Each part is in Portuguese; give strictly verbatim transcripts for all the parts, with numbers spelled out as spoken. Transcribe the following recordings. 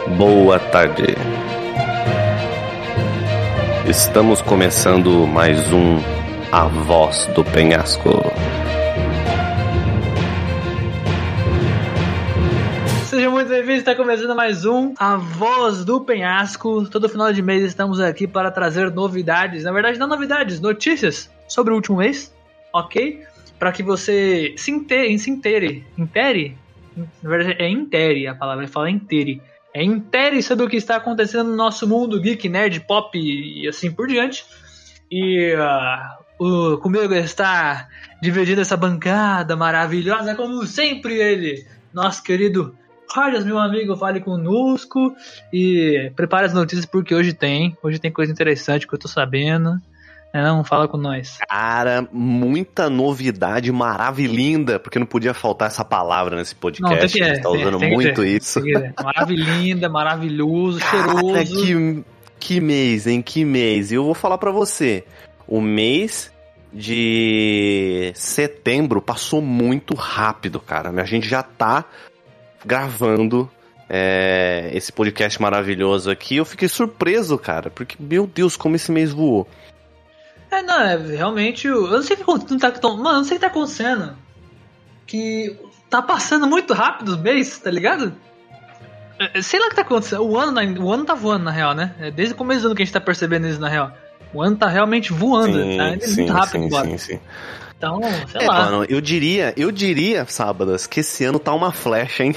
boa tarde. Estamos começando mais um A Voz do Penhasco. Sejam muito bem-vindos, está começando mais um A Voz do Penhasco. Todo final de mês estamos aqui para trazer novidades, na verdade não novidades, notícias sobre o último mês, ok? Para que você se intere, se intere, intere? Na verdade é intere a palavra, fala intere. É intere sobre o que está acontecendo no nosso mundo geek, nerd, pop e assim por diante. E uh, o, comigo está dividindo essa bancada maravilhosa, como sempre ele, nosso querido Rogers, meu amigo, fale conosco e prepare as notícias porque hoje tem, hoje tem coisa interessante que eu tô sabendo. Não, fala com nós. Cara, muita novidade maravilhinda, porque não podia faltar essa palavra nesse podcast. Não, tem que, a gente tá tem, usando tem muito ter, isso. Maravilhinda, maravilhoso, Cara, cheiroso. que, que mês, hein? Que mês. E eu vou falar pra você, o mês de setembro passou muito rápido, cara. A gente já tá gravando é, esse podcast maravilhoso aqui. Eu fiquei surpreso, cara, porque, meu Deus, como esse mês voou. É, não, é realmente. Eu não sei o que não tá, mano, eu não sei o que tá acontecendo. Que tá passando muito rápido os meses, tá ligado? Sei lá o que tá acontecendo. O ano, o ano tá voando, na real, né? É desde o começo do ano que a gente tá percebendo isso, na real. O ano tá realmente voando, Sim, tá? É sim, muito rápido sim, agora. sim, sim. Então, sei é, lá. Mano, eu diria, eu diria, Sábadas, que esse ano tá uma flecha, hein?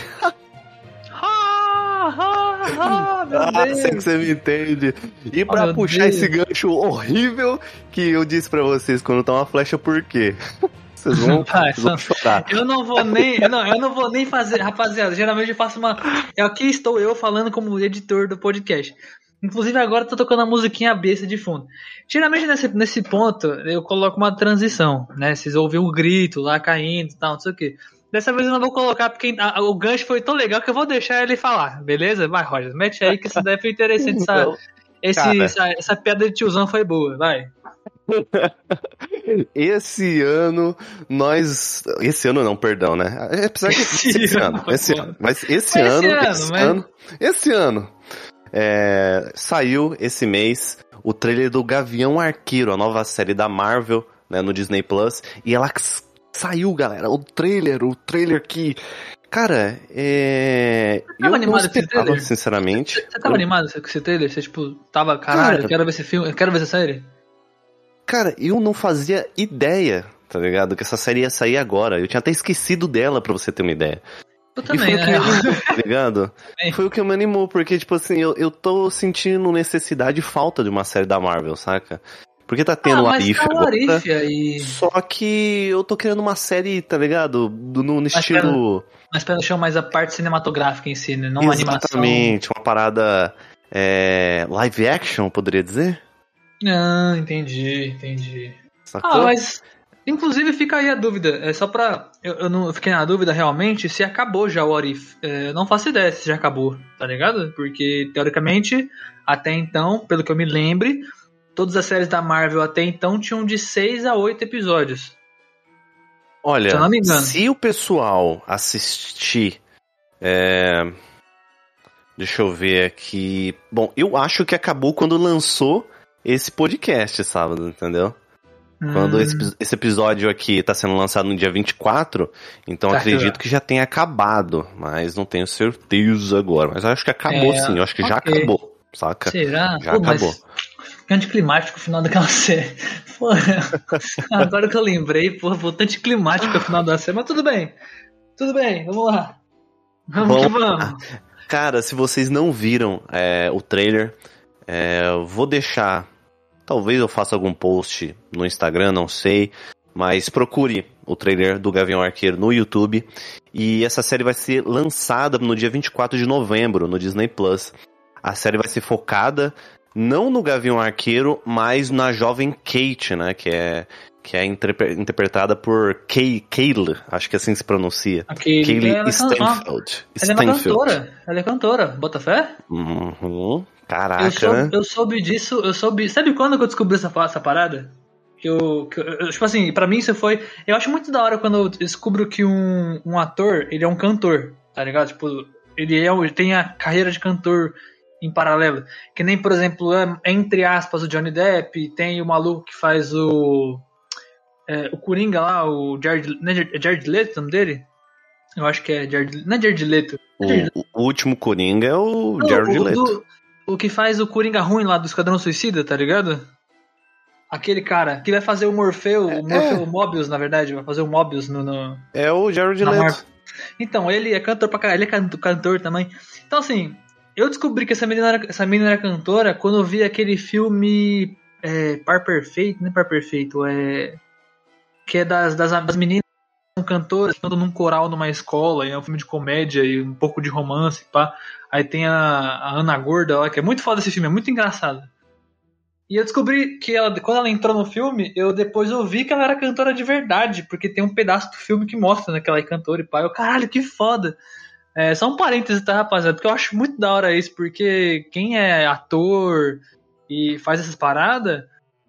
Ah, ah, ah, meu ah, Deus. sei que você me entende. E pra oh, puxar Deus. esse gancho horrível que eu disse pra vocês quando tá uma flecha, por quê? Vocês vão, Pai, vocês vão chorar. Eu não vou nem, eu não, eu não vou nem fazer, rapaziada. Geralmente eu faço uma. Aqui estou eu falando como editor do podcast. Inclusive agora eu tô tocando a musiquinha besta de fundo. Geralmente nesse, nesse ponto eu coloco uma transição, né? Vocês ouvem o grito lá caindo e tal, não sei o que. Dessa vez eu não vou colocar porque a, o gancho foi tão legal que eu vou deixar ele falar, beleza? Vai, Roger, mete aí que isso daí foi interessante. Essa, Então, esse, essa, essa piada de tiozão foi boa, vai. Esse ano nós. Esse ano não, perdão, né? Apesar que esse, esse ano, esse ano. Mas esse mas ano. Esse ano, esse mas... ano. Esse ano. É, saiu esse mês o trailer do Gavião Arqueiro, a nova série da Marvel, né, no Disney Plus. E ela saiu, galera. O trailer, o trailer que. Cara, é. Você tava eu animado não com esse trailer? sinceramente. Você, você tava eu... animado com esse trailer? Você, tipo, tava, caralho, Cara, eu quero ver esse filme, eu quero ver essa série? Cara, eu não fazia ideia, tá ligado? Que essa série ia sair agora. Eu tinha até esquecido dela, pra você ter uma ideia. Eu também, e foi né? o que me animou, tá ligado? Bem. Foi o que me animou, porque, tipo assim, eu, eu tô sentindo necessidade e falta de uma série da Marvel, saca? Porque tá tendo ah, o Arif tá agora. Arif aí. Só que eu tô querendo uma série, tá ligado? Do, no, no Mas estilo... Pera, mas pera no chão mais a parte cinematográfica em si, né? Não a animação. Exatamente, uma parada é, live action, poderia dizer? Ah, entendi, entendi. Sacou? Ah, mas... Inclusive fica aí a dúvida, é só pra... Eu, eu não eu fiquei na dúvida realmente se acabou já o What If. É, não faço ideia se já acabou, tá ligado? Porque, teoricamente, até então, pelo que eu me lembre, todas as séries da Marvel até então tinham de seis a oito episódios. Olha, se eu não me engano. Se o pessoal assistir... É... Deixa eu ver aqui... Bom, eu acho que acabou quando lançou esse podcast, sábado, entendeu? Quando hum. esse, esse episódio aqui tá sendo lançado no dia vinte e quatro, então tá acredito que... que já tenha acabado, mas não tenho certeza agora. Mas eu acho que acabou é, sim, eu acho que okay. já acabou, saca? Será? Já Pô, acabou. Mas... anticlimático o final daquela série. Pô, agora que eu lembrei, pô, foi anticlimático o final da série, mas tudo bem. Tudo bem, vamos lá. Vamos Bom, que vamos. Cara, se vocês não viram é, o trailer, é, eu vou deixar... Talvez eu faça algum post no Instagram, não sei. Mas procure o trailer do Gavião Arqueiro no YouTube. E essa série vai ser lançada no dia vinte e quatro de novembro, no Disney Plus. A série vai ser focada não no Gavião Arqueiro, mas na jovem Kate, né? Que é, que é interpre- interpretada por Kay, Kaylee, acho que assim se pronuncia. Kaylee ela Stanfield. Ela é uma cantora. Ela é cantora. Bota fé? Uhum. Caraca, eu soube, né? Eu soube disso, eu soube... Sabe quando que eu descobri essa, essa parada? Que eu, que eu... Tipo assim, pra mim isso foi... Eu acho muito da hora quando eu descubro que um, um ator, ele é um cantor, tá ligado? Tipo, ele é, ele tem a carreira de cantor em paralelo. Que nem, por exemplo, é, entre aspas, o Johnny Depp, tem o maluco que faz o é, o Coringa lá, o Jared, não é Jared Leto o nome dele? Eu acho que é Jared, não é Jared Leto. É Jared O, o último Coringa é o não, Jared o, Leto. do, o que faz o Coringa ruim lá do Esquadrão Suicida, tá ligado? Aquele cara que vai fazer o Morfeu, É, o Morfeu, é. o Mobius, na verdade, vai fazer o Mobius no... no É o Jared na Leto. Marvel. Então, ele é cantor pra caralho, ele é cantor, cantor também. Então, assim, eu descobri que essa menina era, essa menina era cantora quando eu vi aquele filme é, Par Perfeito, não é Par Perfeito, é... que é das, das, das meninas que são cantoras, que andam num coral numa escola, e é um filme de comédia e um pouco de romance, pá. Aí tem a, a Ana Gorda lá, que é muito foda esse filme, é muito engraçado. E eu descobri que ela, quando ela entrou no filme, eu depois ouvi que ela era cantora de verdade, porque tem um pedaço do filme que mostra, né, que ela é cantora e pá. Eu, caralho, que foda. É, só um parênteses, tá, rapaziada? Porque eu acho muito da hora isso, porque quem é ator e faz essas paradas,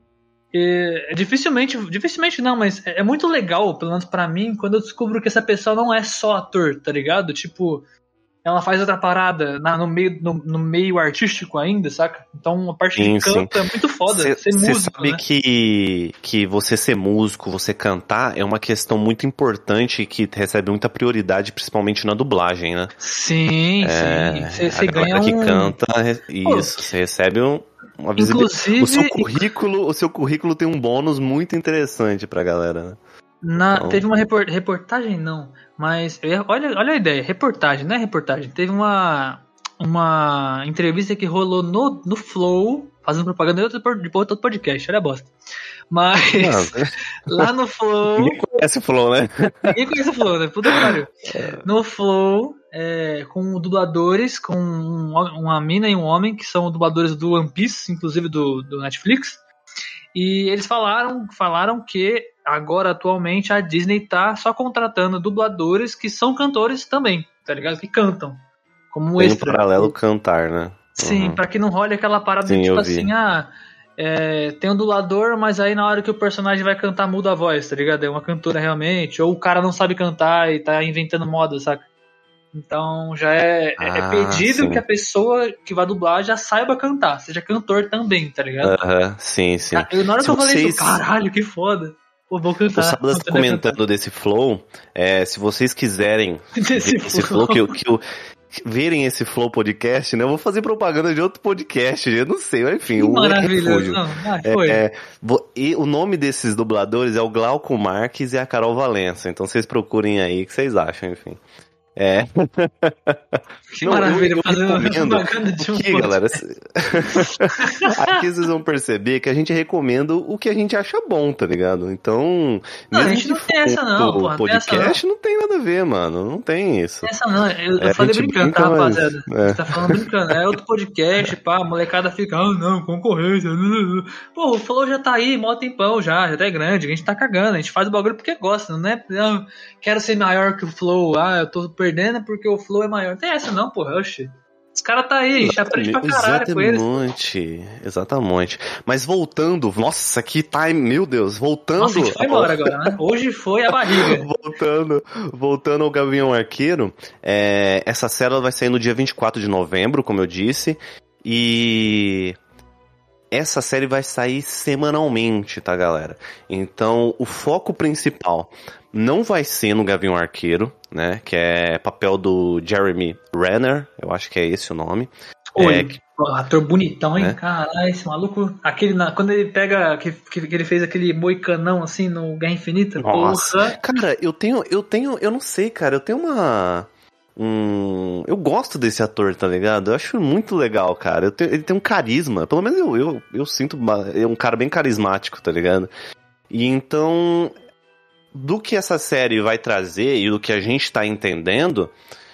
é, dificilmente, dificilmente não, mas é, é muito legal, pelo menos pra mim, quando eu descubro que essa pessoa não é só ator, tá ligado? Tipo, ela faz outra parada na, no, meio, no, no meio artístico ainda, saca? Então a parte Sim, de canto sim. é muito foda, Você ser músico, sabe né? que, que você ser músico, você cantar, é uma questão muito importante que recebe muita prioridade, principalmente na dublagem, né? Sim, É, sim. Você a ganha galera que um... canta, Pô, isso, você recebe um, uma visibilidade. inclusive, O seu currículo, o seu currículo tem um bônus muito interessante pra galera, né? na, Então, teve uma repor- reportagem, não, mas eu ia- olha, olha a ideia, reportagem, não é reportagem, teve uma, uma entrevista que rolou no, no Flow, fazendo propaganda de outro, por- de outro podcast, olha a bosta. Mas não, lá no Flow, ninguém conhece o Flow, né? ninguém conhece o Flow, né? Puta que pariu. No Flow, é, com dubladores, com um- uma mina e um homem, que são dubladores do One Piece, inclusive do, do Netflix. E eles falaram, falaram que agora, atualmente, a Disney tá só contratando dubladores que são cantores também, tá ligado? Que cantam, como um Tem no extra. paralelo cantar, né? Sim, Uhum. pra que não role aquela parada Sim, de tipo eu vi. assim, ah, é, tem um dublador, mas aí na hora que o personagem vai cantar muda a voz, tá ligado? É uma cantora realmente, ou o cara não sabe cantar e tá inventando moda, saca? Então já é, é, é Ah, pedido que a sim. pessoa que vai dublar já saiba cantar, seja cantor também, tá ligado? Aham, sim, sim. Eu, na hora Se que eu falei isso, vocês. caralho, que foda. Pô, vou O cantar. Sábado Vou está aprender a cantar. comentando desse flow. É, se vocês quiserem Desse ver esse flow. flow, que, eu- que eu, verem esse flow podcast, né? Eu vou fazer propaganda de outro podcast, eu não sei, mas enfim, Que o maravilhoso. Refúgio. Não, ah, foi. É, vo- e o nome desses dubladores é o Glauco Marques e a Carol Valença. Então vocês procurem aí o que vocês acham, enfim. É. Que Não, eu, maravilha, eu fazer uma recomendo. propaganda de um Aqui, podcast. galera. Aqui vocês vão perceber que a gente recomenda o que a gente acha bom, tá ligado? Então, Não, a mesmo gente que não for tem essa não, um porra, não tem essa podcast, não tem nada a ver, mano. Não tem isso. Essa não, eu, É, eu a falei gente brincando, brinca, tá, mas- rapaziada? é. Você tá falando brincando. É outro podcast, pá, a molecada fica, ah, não, concorrência. Pô, o Flow já tá aí, mó tempão já, já tá grande, a gente tá cagando, a gente faz o bagulho porque gosta, não é? Não, quero ser maior que o Flow, ah, eu tô perdendo porque o Flow é maior. Não tem essa não, porra, oxi. Os caras tá aí, a gente aprende pra caralho com eles. Exatamente, exatamente. Mas voltando, nossa, que time, meu Deus, voltando. Nossa, a gente foi embora agora, né? Hoje foi a barriga. Voltando, voltando ao Gavião Arqueiro, é, essa série vai sair no dia vinte e quatro de novembro, como eu disse, e essa série vai sair semanalmente, tá, galera? Então, o foco principal não vai ser no Gavião Arqueiro, né, que é papel do Jeremy Renner, eu acho que é esse o nome. Oi, É, que- pô, ator bonitão, hein? É. Caralho, esse maluco. Aquele, na- quando ele pega. Que, que, que ele fez aquele moicanão assim no Guerra Infinita. Nossa. Porra. Cara, eu tenho, eu tenho, eu não sei, cara, eu tenho uma... Um, eu gosto desse ator, tá ligado? Eu acho muito legal, cara. Eu tenho- ele tem um carisma, pelo menos eu, eu, eu sinto ba- é um cara bem carismático, tá ligado? E então, do que essa série vai trazer e do que a gente tá entendendo,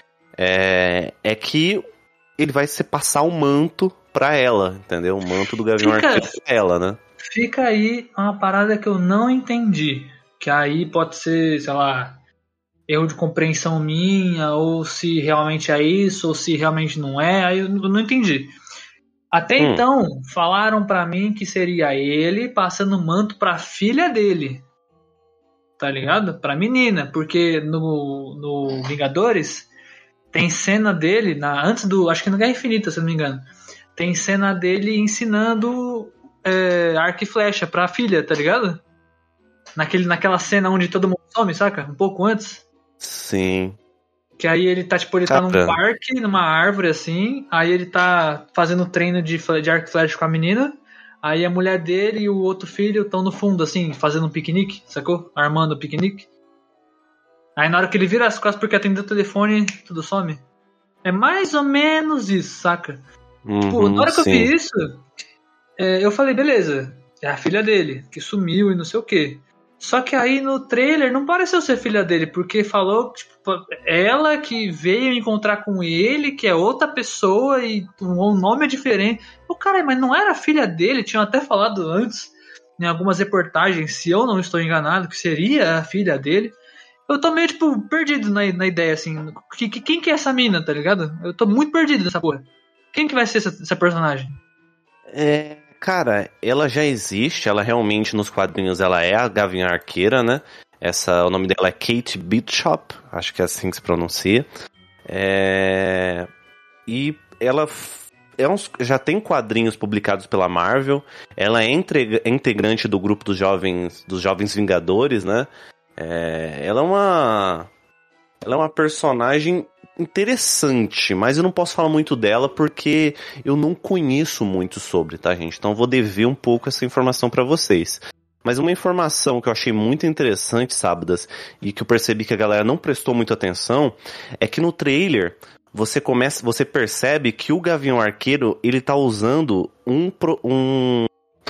é, é que ele vai se passar o manto pra ela, entendeu? O manto do Gavião Fica- Arqueiro pra ela, né? Fica aí uma parada que eu não entendi. Que aí pode ser, sei lá, erro de compreensão minha, ou se realmente é isso, ou se realmente não é. Aí eu não eu não entendi. Até Hum. então, falaram pra mim que seria ele passando o manto pra filha dele. Tá ligado? Pra menina. Porque no, no Vingadores tem cena dele, na, antes do. Acho que no Guerra Infinita, se eu não me engano. Tem cena dele ensinando é, arco e flecha pra filha, tá ligado? Naquele, naquela cena onde todo mundo some, saca? Um pouco antes. Sim. Que aí ele tá, tipo, ele tá num parque, numa árvore, assim. Aí ele tá fazendo treino de, de arco e flecha com a menina. Aí a mulher dele e o outro filho estão no fundo, assim, fazendo um piquenique, sacou? Armando o piquenique. Aí na hora que ele vira as costas porque atendeu o telefone, tudo some. É mais ou menos isso, saca? Uhum, tipo, na hora que sim. eu vi isso, é, eu falei, beleza, é a filha dele, que sumiu e não sei o quê. Só que aí no trailer não pareceu ser filha dele, porque falou, tipo, ela que veio encontrar com ele, que é outra pessoa e o nome é diferente. O cara, mas não era filha dele, tinham até falado antes, em algumas reportagens, se eu não estou enganado, que seria a filha dele. Eu tô meio, tipo, perdido na, na ideia, assim, que, que, quem que é essa mina, tá ligado? Eu tô muito perdido nessa porra. Quem que vai ser essa, essa personagem? É... Cara, ela já existe, ela realmente nos quadrinhos ela é a Gavião Arqueira, né? Essa, o nome dela é Kate Bishop, acho que é assim que se pronuncia. É... E ela é uns, já tem quadrinhos publicados pela Marvel, ela é entre, integrante do grupo dos jovens, dos jovens Vingadores, né? É... Ela é uma... Ela é uma personagem interessante, mas eu não posso falar muito dela porque eu não conheço muito sobre, tá, gente? Então eu vou dever um pouco essa informação pra vocês. Mas uma informação que eu achei muito interessante, Sábadas, e que eu percebi que a galera não prestou muita atenção, é que no trailer você começa, você percebe que o Gavião Arqueiro, ele tá usando um, um,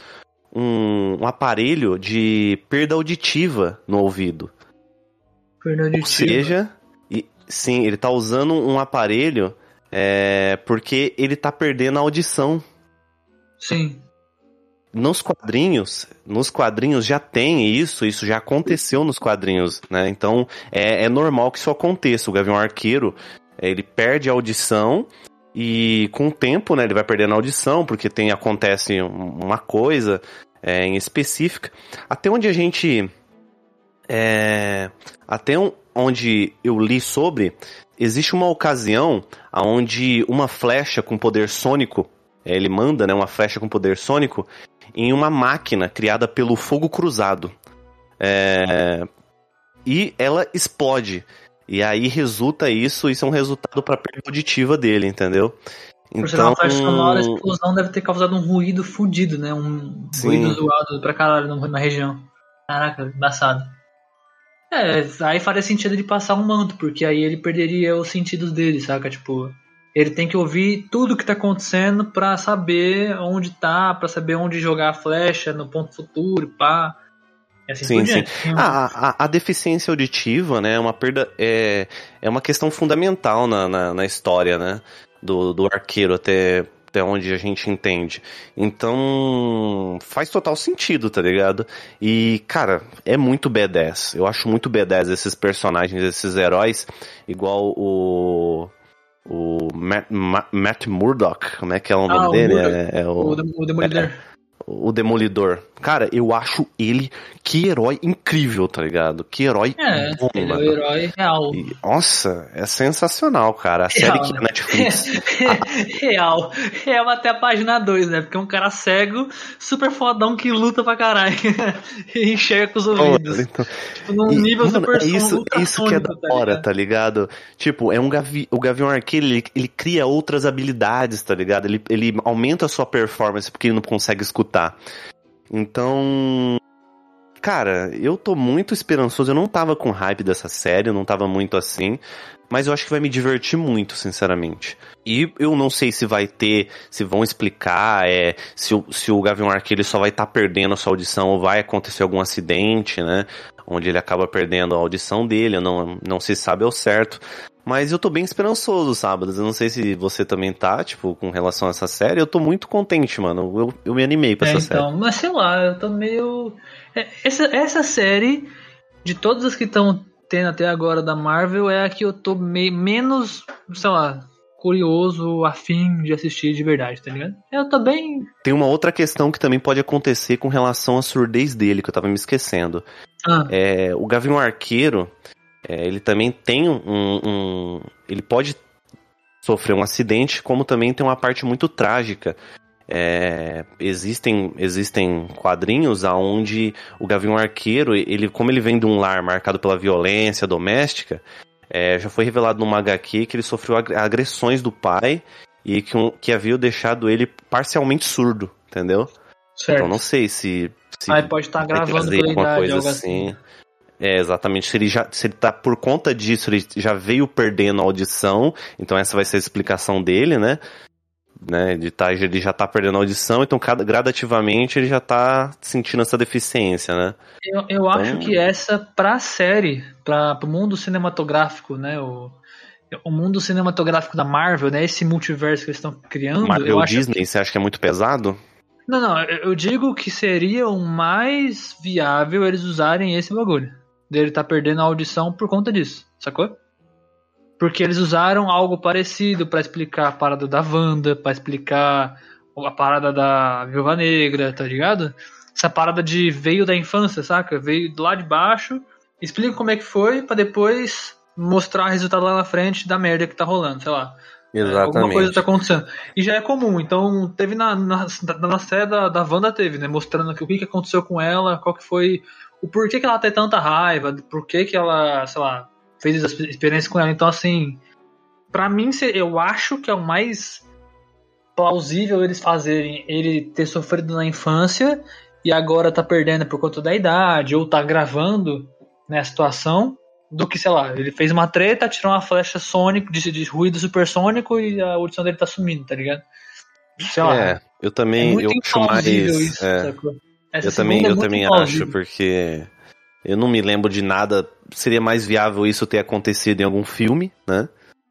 um, um aparelho de perda auditiva no ouvido. Perda auditiva. Ou seja... Sim, ele tá usando um aparelho é, porque ele tá perdendo a audição. Sim. Nos quadrinhos, nos quadrinhos já tem isso, isso já aconteceu nos quadrinhos, né? Então é, é normal que isso aconteça. O Gavião Arqueiro, ele perde a audição e com o tempo, né, ele vai perdendo a audição porque tem, acontece uma coisa é, em específica. Até onde a gente... É, até um, onde eu li sobre, existe uma ocasião onde uma flecha com poder sônico, ele manda, né, uma flecha com poder sônico em uma máquina criada pelo Fogo Cruzado. É, e ela explode. E aí resulta isso, isso é um resultado para a perda auditiva dele, entendeu? Por ser uma flecha sonora, a explosão deve ter causado um ruído fudido, né? Um Sim. ruído zoado pra caralho na região. Caraca, embaçado. É, aí faria sentido ele passar um manto, porque aí ele perderia os sentidos dele, saca? Tipo, ele tem que ouvir tudo que tá acontecendo pra saber onde tá, pra saber onde jogar a flecha no ponto futuro, pá. E assim sim, por diante. Sim. A, a, a deficiência auditiva, né, é uma perda, é, é uma questão fundamental na, na, na história, né, do, do arqueiro até... até onde a gente entende. Então, faz total sentido, tá ligado? E, cara, é muito B dez. Eu acho muito B dez esses personagens, esses heróis, igual o... o Matt, Matt Murdock, como é que é o nome ah, dele? O, é, é o, o Demolidor. É, o Demolidor. Cara, eu acho ele que herói incrível, tá ligado? Que herói é, bom, ele mano. É o herói real. E, nossa, é sensacional, cara. A real, série que é Netflix. Real. Real até a página dois, né? Porque é um cara cego, super fodão que luta pra caralho. E enxerga com os ouvidos. Oh, então... Tipo, num e, nível mano, super é isso, isso que é da hora, tá ligado? tá ligado? Tipo, é um gavi... o Gavião Arqueiro, ele, ele cria outras habilidades, tá ligado? Ele, ele aumenta a sua performance porque ele não consegue escutar. Então, cara, eu tô muito esperançoso. Eu não tava com hype dessa série, eu não tava muito assim, mas eu acho que vai me divertir muito, sinceramente. E eu não sei se vai ter, se vão explicar, é, se, o, se o Gavião Arqueiro só vai estar tá perdendo a sua audição ou vai acontecer algum acidente, né? Onde ele acaba perdendo a audição dele, não, não se sabe ao certo. Mas eu tô bem esperançoso, Sábados. Eu não sei se você também tá, tipo, com relação a essa série. Eu tô muito contente, mano. Eu, eu me animei pra é, essa então, série. Mas sei lá, eu tô meio... Essa, essa série, de todas as que estão tendo até agora da Marvel, é a que eu tô meio, menos, sei lá, curioso, afim de assistir de verdade, tá ligado? Eu tô bem... Tem uma outra questão que também pode acontecer com relação à surdez dele, que eu tava me esquecendo. Ah. É, o Gavião Arqueiro... É, ele também tem um, um... Ele pode sofreu um acidente, como também tem uma parte muito trágica. É, existem, existem quadrinhos onde o Gavião Arqueiro, ele, como ele vem de um lar marcado pela violência doméstica, é, já foi revelado numa agá quê que ele sofreu agressões do pai e que, um, que havia deixado ele parcialmente surdo, entendeu? Certo. Então não sei se... se Aí pode estar gravando pela alguma idade, coisa algo assim. assim. É, exatamente. Se ele, já, se ele tá por conta disso, ele já veio perdendo a audição, então essa vai ser a explicação dele, né? né ele, tá, ele já tá perdendo a audição, então cada, gradativamente ele já tá sentindo essa deficiência, né? Eu, eu então... acho que essa, pra série, pra, pro mundo cinematográfico, né? O, o mundo cinematográfico da Marvel, né? Esse multiverso que eles estão criando. Marvel eu acho Disney, que... você acha que é muito pesado? Não, não, eu digo que seria o mais viável eles usarem esse bagulho. Dele tá perdendo a audição por conta disso, sacou? Porque eles usaram algo parecido pra explicar a parada da Wanda, pra explicar a parada da Viúva Negra, tá ligado? Essa parada de veio da infância, saca? Veio lá de baixo, explica como é que foi, pra depois mostrar o resultado lá na frente da merda que tá rolando, sei lá. Exatamente. É, alguma coisa tá acontecendo. E já é comum, então teve na, na, na série da, da Wanda teve, né? Mostrando aqui o que, que aconteceu com ela, qual que foi, o porquê que ela tem tanta raiva, por que que ela, sei lá, fez essa experiência com ela. Então, assim, pra mim, eu acho que é o mais plausível eles fazerem ele ter sofrido na infância e agora tá perdendo por conta da idade, ou tá gravando, né, a situação, do que, sei lá, ele fez uma treta, tirou uma flecha sônico, de, de ruído supersônico e a audição dele tá sumindo, tá ligado? Sei lá. É, eu também, é muito eu acho mais... isso, é, eu também, é eu também acho, porque eu não me lembro de nada, seria mais viável isso ter acontecido em algum filme, né?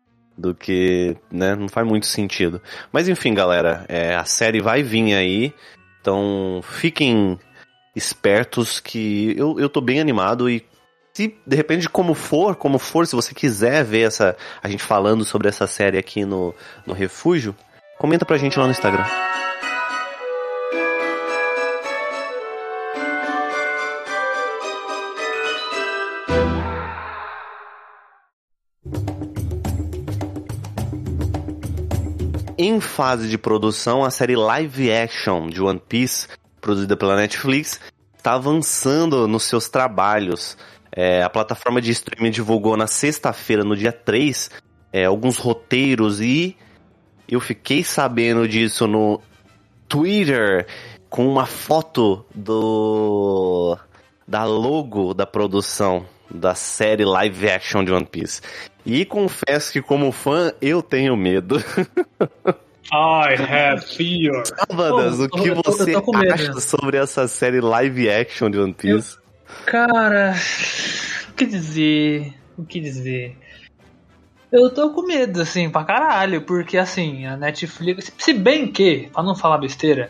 Do que, né, não faz muito sentido. Mas enfim, galera, é, a série vai vir aí, então fiquem espertos que eu, eu tô bem animado e se de repente como for, como for, se você quiser ver essa, a gente falando sobre essa série aqui no, no Refúgio, comenta pra gente lá no Instagram. Em fase de produção, a série live action de One Piece, produzida pela Netflix, está avançando nos seus trabalhos. É, a plataforma de streaming divulgou na sexta-feira, no dia três, é, alguns roteiros e eu fiquei sabendo disso no Twitter com uma foto do da logo da produção da série live action de One Piece. E confesso que como fã, eu tenho medo. I have fear. Sábadas, o que eu tô, você eu tô acha sobre essa série live action de One Piece? Eu, cara, o que dizer? O que dizer? Eu tô com medo, assim, pra caralho, porque, assim, a Netflix... Se bem que, pra não falar besteira,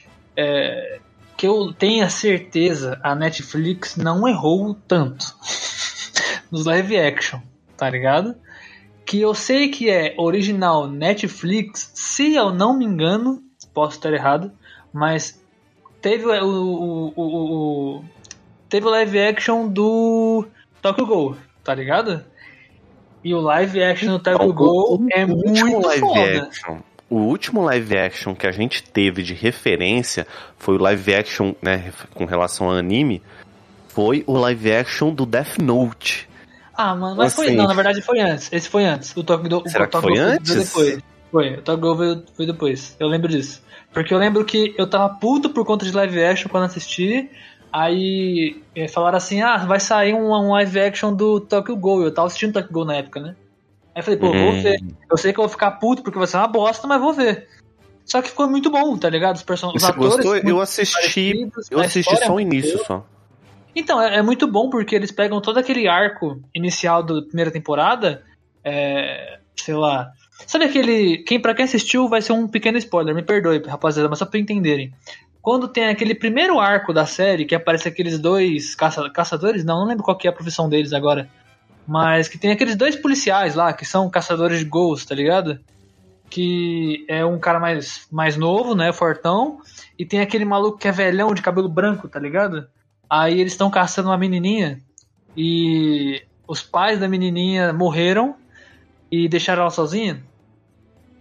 é, que eu tenha certeza, a Netflix não errou tanto nos live action, tá ligado? Que eu sei que é original Netflix, se eu não me engano, posso estar errado, mas teve o, o, o, o teve o live action do Tokyo Ghoul, tá ligado? E o live action do Tokyo Ghoul é muito foda. Action, o último live action que a gente teve de referência foi o live action, né, com relação ao anime, foi o live action do Death Note. Ah, mano, mas assim, foi... Não, na verdade foi antes. Esse foi antes. O Tokyo Ghoul Será que foi antes? Depois. Foi, o Tokyo Ghoul veio, veio depois. Eu lembro disso. Porque eu lembro que eu tava puto por conta de live action quando assisti. Aí falaram assim, ah, vai sair um, um live action do Tokyo Ghoul. Eu tava assistindo Tokyo Ghoul na época, né? Aí eu falei, pô, uhum. vou ver. Eu sei que eu vou ficar puto porque vai ser uma bosta, mas vou ver. Só que ficou muito bom, tá ligado? Os personagens, os atores... Gostou? Eu assisti, eu assisti só o início, só. Então, é, é muito bom porque eles pegam todo aquele arco inicial da primeira temporada, é, sei lá... Sabe aquele... Quem, pra quem assistiu vai ser um pequeno spoiler, me perdoe, rapaziada, mas só pra entenderem. Quando tem aquele primeiro arco da série, que aparece aqueles dois caça, caçadores, não, não lembro qual que é a profissão deles agora, mas que tem aqueles dois policiais lá, que são caçadores de ghouls, tá ligado? Que é um cara mais, mais novo, né, fortão, e tem aquele maluco que é velhão, de cabelo branco, tá ligado? Aí eles estão caçando uma menininha e os pais da menininha morreram e deixaram ela sozinha.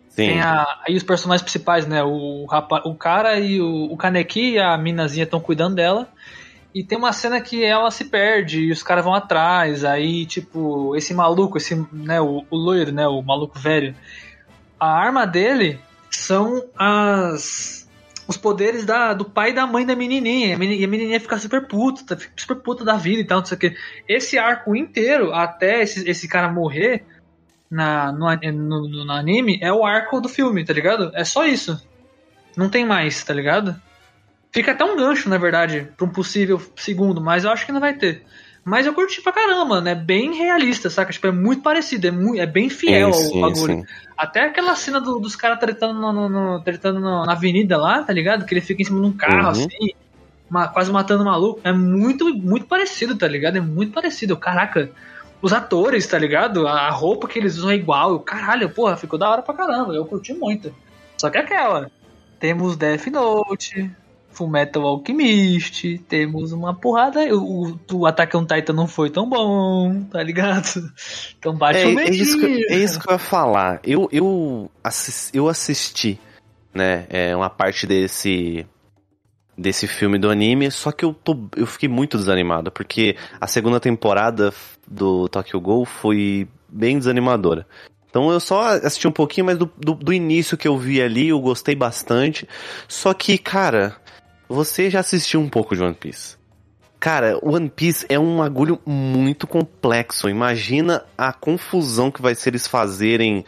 Sim. Tem a, aí os personagens principais, né? O, rapa, o cara e o, o Kaneki e a minazinha estão cuidando dela. E tem uma cena que ela se perde e os caras vão atrás. Aí, tipo, esse maluco, esse, né, o, o loiro, né? O maluco velho. A arma dele são as... os poderes da, do pai e da mãe da menininha. E a menininha fica super puta, super puta da vida e tal, não sei o que. Esse arco inteiro, até esse, esse cara morrer na, no, no, no anime, é o arco do filme, tá ligado? É só isso. Não tem mais, tá ligado? Fica até um gancho, na verdade, pra um possível segundo, mas eu acho que não vai ter. Mas eu curti pra caramba, né? Bem realista, saca? Tipo, é muito parecido, é, muito, é bem fiel sim, ao bagulho. Sim. Até aquela cena do, dos caras tretando, no, no, no, tretando no, na avenida lá, tá ligado? Que ele fica em cima de um carro, Uhum. assim, uma, quase matando o maluco. É muito, muito parecido, tá ligado? É muito parecido. Caraca, os atores, tá ligado? A roupa que eles usam é igual. Caralho, porra, ficou da hora pra caramba. Eu curti muito. Só que é aquela. Temos Death Note, Fullmetal Alchemist, temos uma porrada. O, o, o Attack on Titan não foi tão bom, tá ligado? Então bate É, um é, isso que, medinho. é isso que eu ia falar. Eu, eu, assis, eu assisti, né, é, uma parte desse desse filme do anime, só que eu, tô, eu fiquei muito desanimado, porque a segunda temporada do Tokyo Ghoul foi bem desanimadora. Então eu só assisti um pouquinho, mas do, do, do início que eu vi ali, eu gostei bastante. Só que, cara, você já assistiu um pouco de One Piece. Cara, One Piece é um agulho muito complexo. Imagina a confusão que vai ser eles fazerem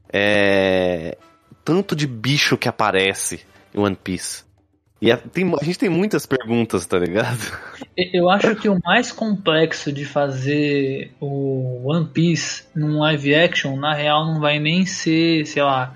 é, tanto de bicho que aparece em One Piece. E a, tem, a gente tem muitas perguntas, tá ligado? Eu acho que o mais complexo de fazer o One Piece num live action, na real, não vai nem ser, sei lá,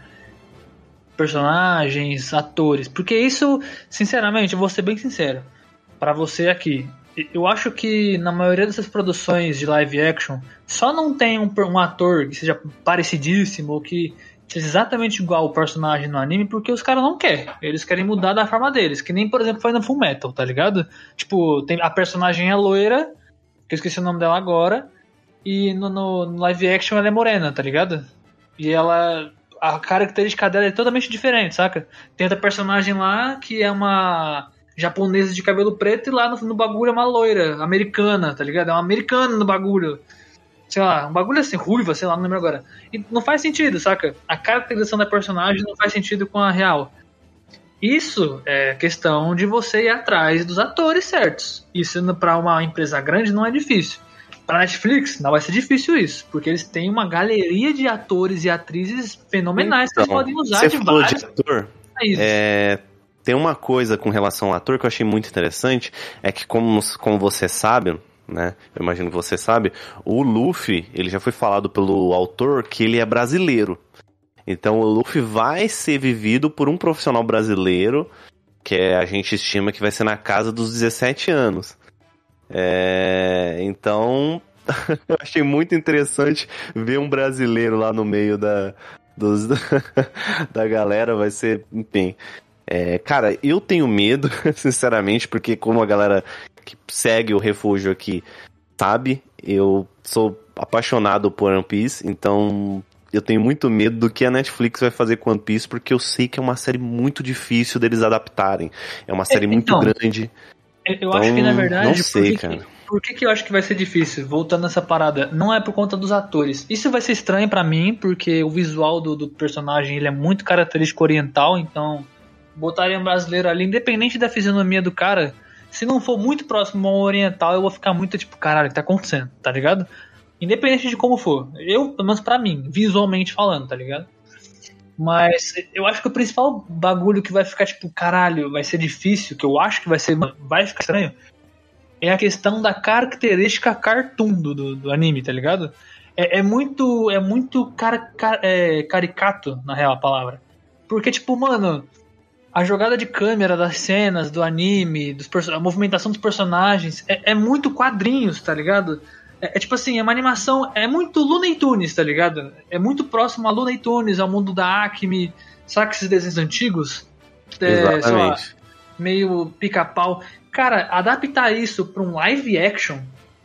personagens, atores. Porque isso, sinceramente, eu vou ser bem sincero pra você aqui. Eu acho que na maioria dessas produções de live action, só não tem um, um ator que seja parecidíssimo ou que seja exatamente igual o personagem no anime, porque os caras não querem. Eles querem mudar da forma deles. Que nem, por exemplo, foi no Fullmetal, tá ligado? Tipo, tem, a personagem é loira, que eu esqueci o nome dela agora, e no, no, no live action ela é morena, tá ligado? E ela... a característica dela é totalmente diferente, saca? Tem outra personagem lá que é uma japonesa de cabelo preto e lá no, no bagulho é uma loira, americana, tá ligado? É uma americana no bagulho. Sei lá, um bagulho assim, ruiva, sei lá, não lembro agora. E não faz sentido, saca? A caracterização da personagem não faz sentido com a real. Isso é questão de você ir atrás dos atores certos. Isso pra uma empresa grande não é difícil. Pra Netflix não vai ser difícil isso, porque eles têm uma galeria de atores e atrizes fenomenais então, que eles podem usar você de falou vários de ator, países. É, tem uma coisa com relação ao ator que eu achei muito interessante, é que como, como você sabe, né, eu imagino que você sabe, o Luffy, ele já foi falado pelo autor que ele é brasileiro. Então o Luffy vai ser vivido por um profissional brasileiro, que é, a gente estima que vai ser na casa dos dezessete anos. É, então, eu achei muito interessante ver um brasileiro lá no meio da, dos, da galera, vai ser, enfim. É, cara, eu tenho medo, sinceramente, porque como a galera que segue o refúgio aqui sabe, eu sou apaixonado por One Piece, então eu tenho muito medo do que a Netflix vai fazer com One Piece, porque eu sei que é uma série muito difícil deles adaptarem. É uma série é, muito então, grande. Eu então, acho que, na verdade, não sei, por, que, cara. por que, que eu acho que vai ser difícil? Voltando nessa parada, não é por conta dos atores. Isso vai ser estranho pra mim, porque o visual do, do personagem ele é muito característico oriental, então botarem um brasileiro ali, independente da fisionomia do cara, se não for muito próximo ao oriental, eu vou ficar muito tipo, caralho, o que tá acontecendo, tá ligado? Independente de como for. Eu, pelo menos pra mim, visualmente falando, tá ligado? Mas eu acho que o principal bagulho que vai ficar tipo, caralho, vai ser difícil, que eu acho que vai ser, vai ficar estranho, é a questão da característica cartoon do, do, do anime, tá ligado? É, é muito, é muito car, car, é, caricato, na real, a palavra. Porque, tipo, mano, a jogada de câmera das cenas, do anime, dos, a movimentação dos personagens, é, é muito quadrinhos, tá ligado? É, é tipo assim, é uma animação, é muito Looney Tunes, tá ligado? É muito próximo a Looney Tunes, ao mundo da Acme, sabe esses desenhos antigos? É, sei lá, meio pica-pau. Cara, adaptar isso pra um live action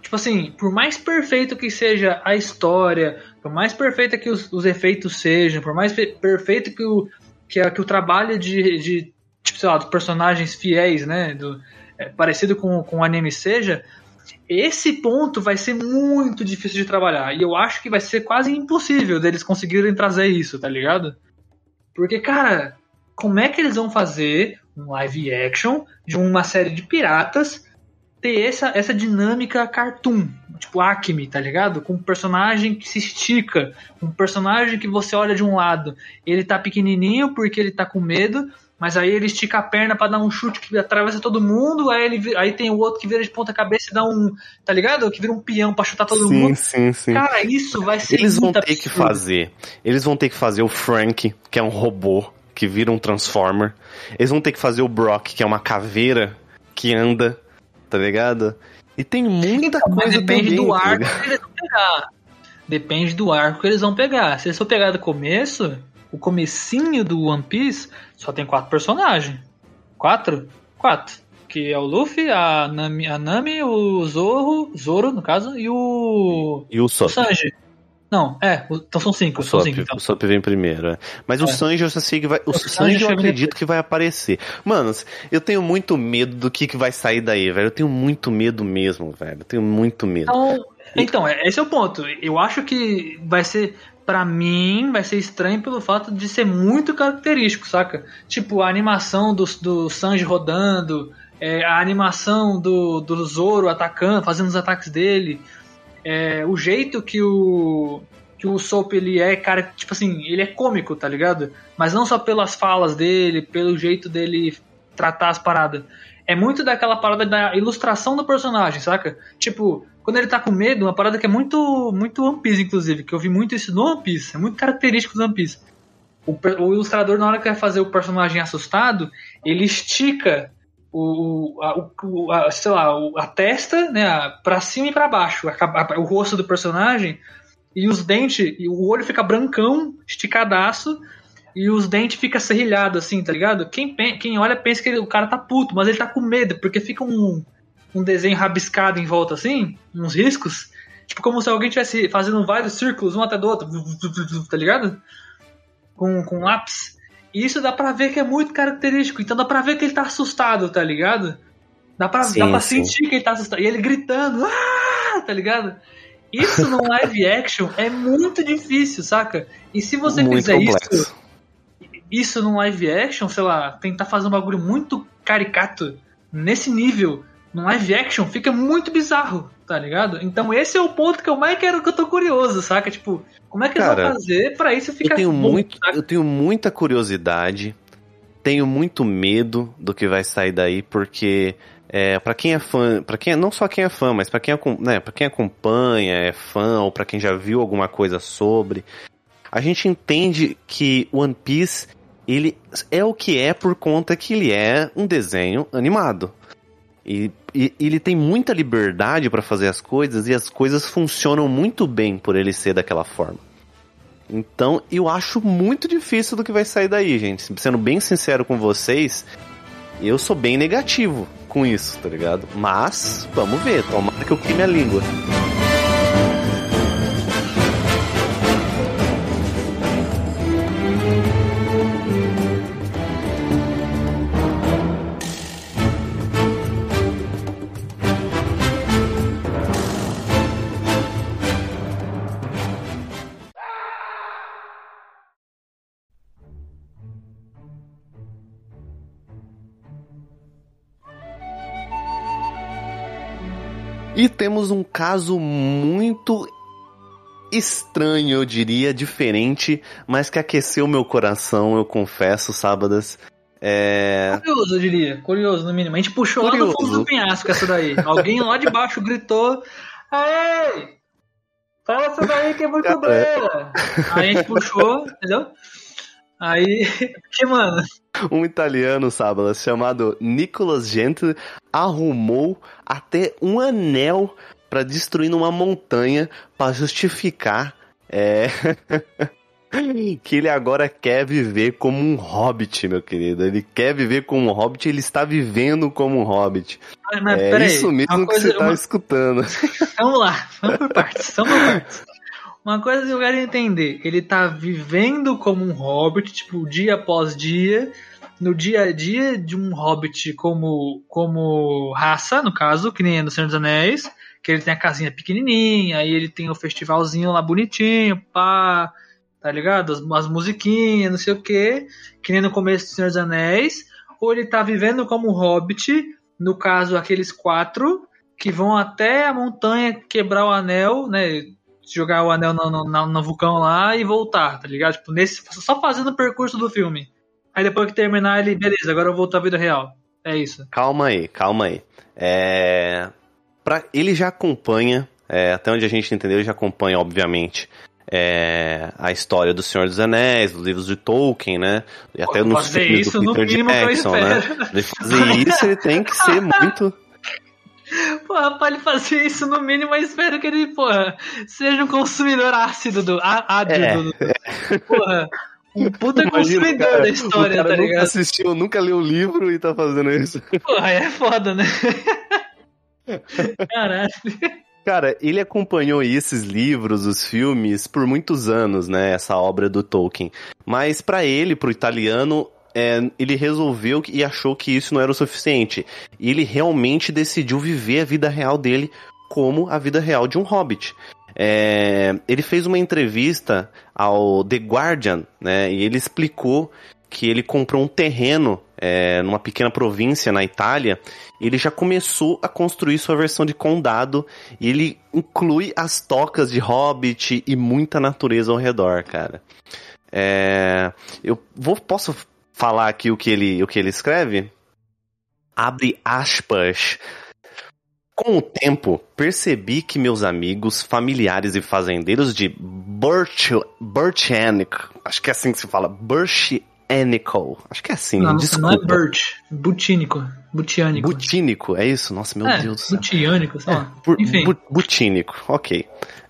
Tipo assim, por mais perfeito que seja a história, por mais perfeita que os, os efeitos sejam, por mais pe- perfeito que o, que, a- que o trabalho de, de tipo, sei lá, dos personagens fiéis, né, do, é, parecido com, com o anime seja, esse ponto vai ser muito difícil de trabalhar. E eu acho que vai ser quase impossível deles conseguirem trazer isso, tá ligado? Porque, cara, como é que eles vão fazer um live action de uma série de piratas ter essa, essa dinâmica cartoon, tipo Acme, tá ligado? Com um personagem que se estica, um personagem que você olha de um lado, ele tá pequenininho porque ele tá com medo, mas aí ele estica a perna pra dar um chute que atravessa todo mundo, aí, ele, vi- aí tem o outro que vira de ponta cabeça e dá um, tá ligado? Que vira um peão pra chutar todo Sim, mundo. sim, sim. Cara, isso vai ser Eles vão muito ter que absurdo. fazer. Eles vão ter que fazer o Frank, que é um robô, que vira um Transformer. Eles vão ter que fazer o Brock, que é uma caveira que anda, tá ligado? E tem muita Então, mas coisa depende também, do tá arco ligado? que eles vão pegar. Depende do arco que eles vão pegar. Se eles for pegar do começo, o comecinho do One Piece só tem quatro personagens. Quatro? Quatro. Que é o Luffy, a Nami, a Nami o Zorro, Zoro, no caso, e o. E o O Sop. Sanji. Não, é, o- então são cinco. O São Sop, cinco, então. o Sop vem primeiro, é. Mas o É. Sanji eu já sei que vai. O O Sanji Sanji eu chega acredito depois. que vai aparecer. Mano, eu tenho muito medo do que, que vai sair daí, velho. Eu tenho muito medo mesmo, velho. Eu tenho muito medo. Então, então, é- esse é o ponto. Eu acho que vai ser, pra mim, vai ser estranho pelo fato de ser muito característico, saca? Tipo, a animação do, do Sanji rodando, é, a animação do, do Zoro atacando, fazendo os ataques dele, é, o jeito que o que o Soap ele é, cara, tipo assim, ele é cômico, tá ligado? Mas não só pelas falas dele, pelo jeito dele tratar as paradas. É muito daquela parada da ilustração do personagem, saca? Tipo, quando ele tá com medo, uma parada que é muito muito One Piece, inclusive, que eu vi muito isso no One Piece, é muito característico do One Piece. O, per- o ilustrador, na hora que vai fazer o personagem assustado, ele estica o, o, a, o- a- sei lá, o- a testa, né, a- pra cima e pra baixo, a ca- a- o rosto do personagem, e os dentes, e o olho fica brancão, esticadaço, e os dentes ficam serrilhados, assim, tá ligado? Quem, pe- quem olha pensa que ele- o cara tá puto, mas ele tá com medo, porque fica um, um desenho rabiscado em volta, assim, uns riscos, tipo como se alguém estivesse fazendo vários círculos, um até do outro, tá ligado? Com, com lápis. E isso dá pra ver que é muito característico, então dá pra ver que ele tá assustado, tá ligado? Dá pra, Sim, dá pra sim. sentir que ele tá assustado. E ele gritando, ah! Tá ligado? Isso no live action é muito difícil, saca? E se você Muito fizer complexo. isso, isso no live action, sei lá, tentar fazer um bagulho muito caricato nesse nível, no live action, fica muito bizarro, tá ligado? Então esse é o ponto que eu mais quero, que eu tô curioso, saca? Tipo, como é que eles Cara, vão fazer pra isso Eu ficar tenho, bom, muito, saca? eu tenho muita curiosidade, tenho muito medo do que vai sair daí, porque é, para quem é fã, para quem é, não só quem é fã, mas para quem, acom- né, pra quem acompanha, é fã, ou pra quem já viu alguma coisa sobre, a gente entende que One Piece, ele é o que é por conta que ele é um desenho animado. E, e ele tem muita liberdade pra fazer as coisas, e as coisas funcionam muito bem por ele ser daquela forma. Então, eu acho muito difícil do que vai sair daí, gente. Sendo bem sincero com vocês, eu sou bem negativo com isso, tá ligado? Mas, vamos ver, tomara que eu queime a língua. E temos um caso muito estranho, eu diria, diferente, mas que aqueceu meu coração, eu confesso, sábadas. É... Curioso, eu diria. Curioso, no mínimo. A gente puxou lá no fundo Curioso. do penhasco essa daí. Alguém lá de baixo gritou: Aê! Fala essa daí que é muito Cara. boa! Aí a gente puxou, entendeu? Aí, que mano, Um italiano, sábadas, chamado Nicolas Gentili, arrumou até um anel para destruir uma montanha para justificar é, que ele agora quer viver como um hobbit, meu querido. Ele quer viver como um hobbit, ele está vivendo como um hobbit. Mas, mas, é peraí, isso mesmo coisa, que você está uma... escutando. Vamos lá, vamos por partes, vamos por partes. Uma coisa que eu quero entender, ele tá vivendo como um hobbit, tipo, dia após dia, no dia a dia de um hobbit como, como raça, no caso, que nem é no Senhor dos Anéis, que ele tem a casinha pequenininha, aí ele tem o festivalzinho lá bonitinho, pá... Tá ligado? As, as musiquinhas, não sei o que, que nem no começo do Senhor dos Anéis, ou ele tá vivendo como um hobbit, no caso, aqueles quatro, que vão até a montanha quebrar o anel, né? Jogar o anel no, no, no vulcão lá e voltar, tá ligado? Tipo, nesse, só fazendo o percurso do filme. Aí depois que terminar, ele, beleza, agora eu volto à vida real. É isso. Calma aí, calma aí. É... Pra... Ele já acompanha, é, até onde a gente entendeu, ele já acompanha, obviamente. É, a história do Senhor dos Anéis, dos livros de Tolkien, né? E até Pô, nos filmes do Peter Jackson, né? Ele fazer isso, ele tem que ser muito... Porra, pra ele fazer isso, no mínimo, eu espero que ele, porra, seja um consumidor ácido do... ácido é, do... É. Porra, um puta Imagina, consumidor cara, da história, o cara tá nunca ligado? assistiu, nunca leu o livro e tá fazendo isso. Porra, é foda, né? Caralho. Cara, ele acompanhou esses livros, os filmes, por muitos anos, né? Essa obra do Tolkien. Mas pra ele, pro italiano, é, ele resolveu e achou que isso não era o suficiente. E ele realmente decidiu viver a vida real dele como a vida real de um hobbit. É, ele fez uma entrevista ao The Guardian, né? E ele explicou que ele comprou um terreno é, numa pequena província na Itália. Ele já começou a construir sua versão de condado e ele inclui as tocas de Hobbit e muita natureza ao redor, cara. É, eu vou, posso falar aqui o que ele, o que ele escreve? Abre aspas. Com o tempo, percebi que meus amigos, familiares e fazendeiros de Birch, Birchanic, acho que é assim que se fala, Birchanical, acho que é assim, não, desculpa. Não é Birch, butínico, butiânico. Butínico, é isso? Nossa, meu é, Deus do céu. Butiânico, sei lá. É, Enfim. Bu, butínico, ok.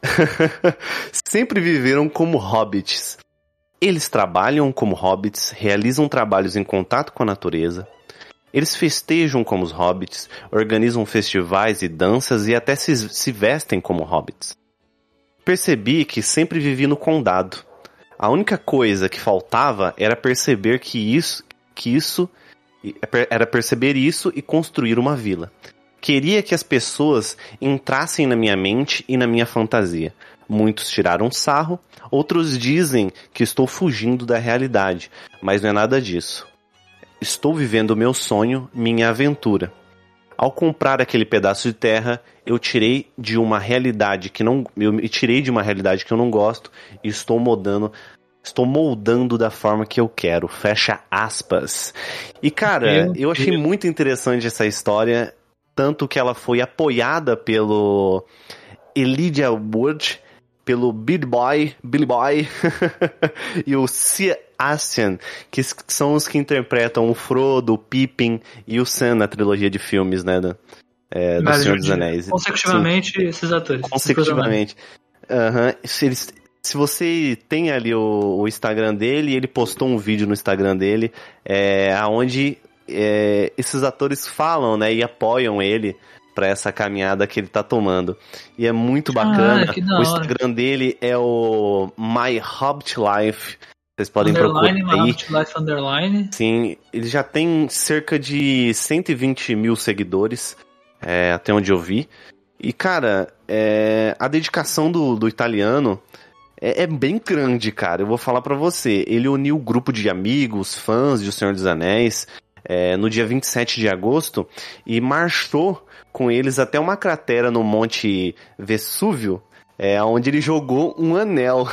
Sempre viveram como hobbits. Eles trabalham como hobbits, realizam trabalhos em contato com a natureza. Eles festejam como os hobbits, organizam festivais e danças e até se, se vestem como hobbits. Percebi que sempre vivi no condado. A única coisa que faltava era perceber que isso, que isso era perceber isso e construir uma vila. Queria que as pessoas entrassem na minha mente e na minha fantasia. Muitos tiraram sarro, outros dizem que estou fugindo da realidade, mas não é nada disso. Estou vivendo o meu sonho, minha aventura. Ao comprar aquele pedaço de terra, eu tirei de uma realidade que não, eu me tirei de uma realidade que eu não gosto e estou moldando, estou moldando da forma que eu quero. Fecha aspas. E cara, eu achei muito interessante essa história, tanto que ela foi apoiada pelo Elijah Wood, pelo Billy Boy, Billy Boy e o C. Astin, que são os que interpretam o Frodo, o Pippin e o Sam na trilogia de filmes, né, do, é, do Senhor dos Anéis. Consecutivamente, sim, esses atores. Consecutivamente. Uhum. Se, eles, se você tem ali o, o Instagram dele, ele postou um vídeo no Instagram dele, é, onde é, esses atores falam, né, e apoiam ele pra essa caminhada que ele tá tomando. E é muito bacana. Ah, o Instagram dele é o My Hobbit Life. Vocês podem underline, procurar aí. Life underline. Sim, ele já tem cerca de cento e vinte mil seguidores, é, até onde eu vi. E, cara, é, a dedicação do, do italiano é, é bem grande, cara. Eu vou falar pra você. Ele uniu um grupo de amigos, fãs de O Senhor dos Anéis, é, no dia vinte e sete de agosto, e marchou com eles até uma cratera no Monte Vesúvio, é, onde ele jogou um anel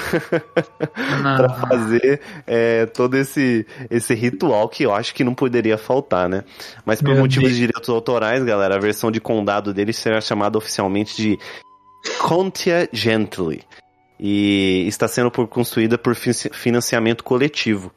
para fazer é, todo esse, esse ritual que eu acho que não poderia faltar, né? Mas por Meu motivos Deus. de direitos autorais, galera, a versão de condado dele será chamada oficialmente de Contia Gently e está sendo por, construída por financiamento coletivo.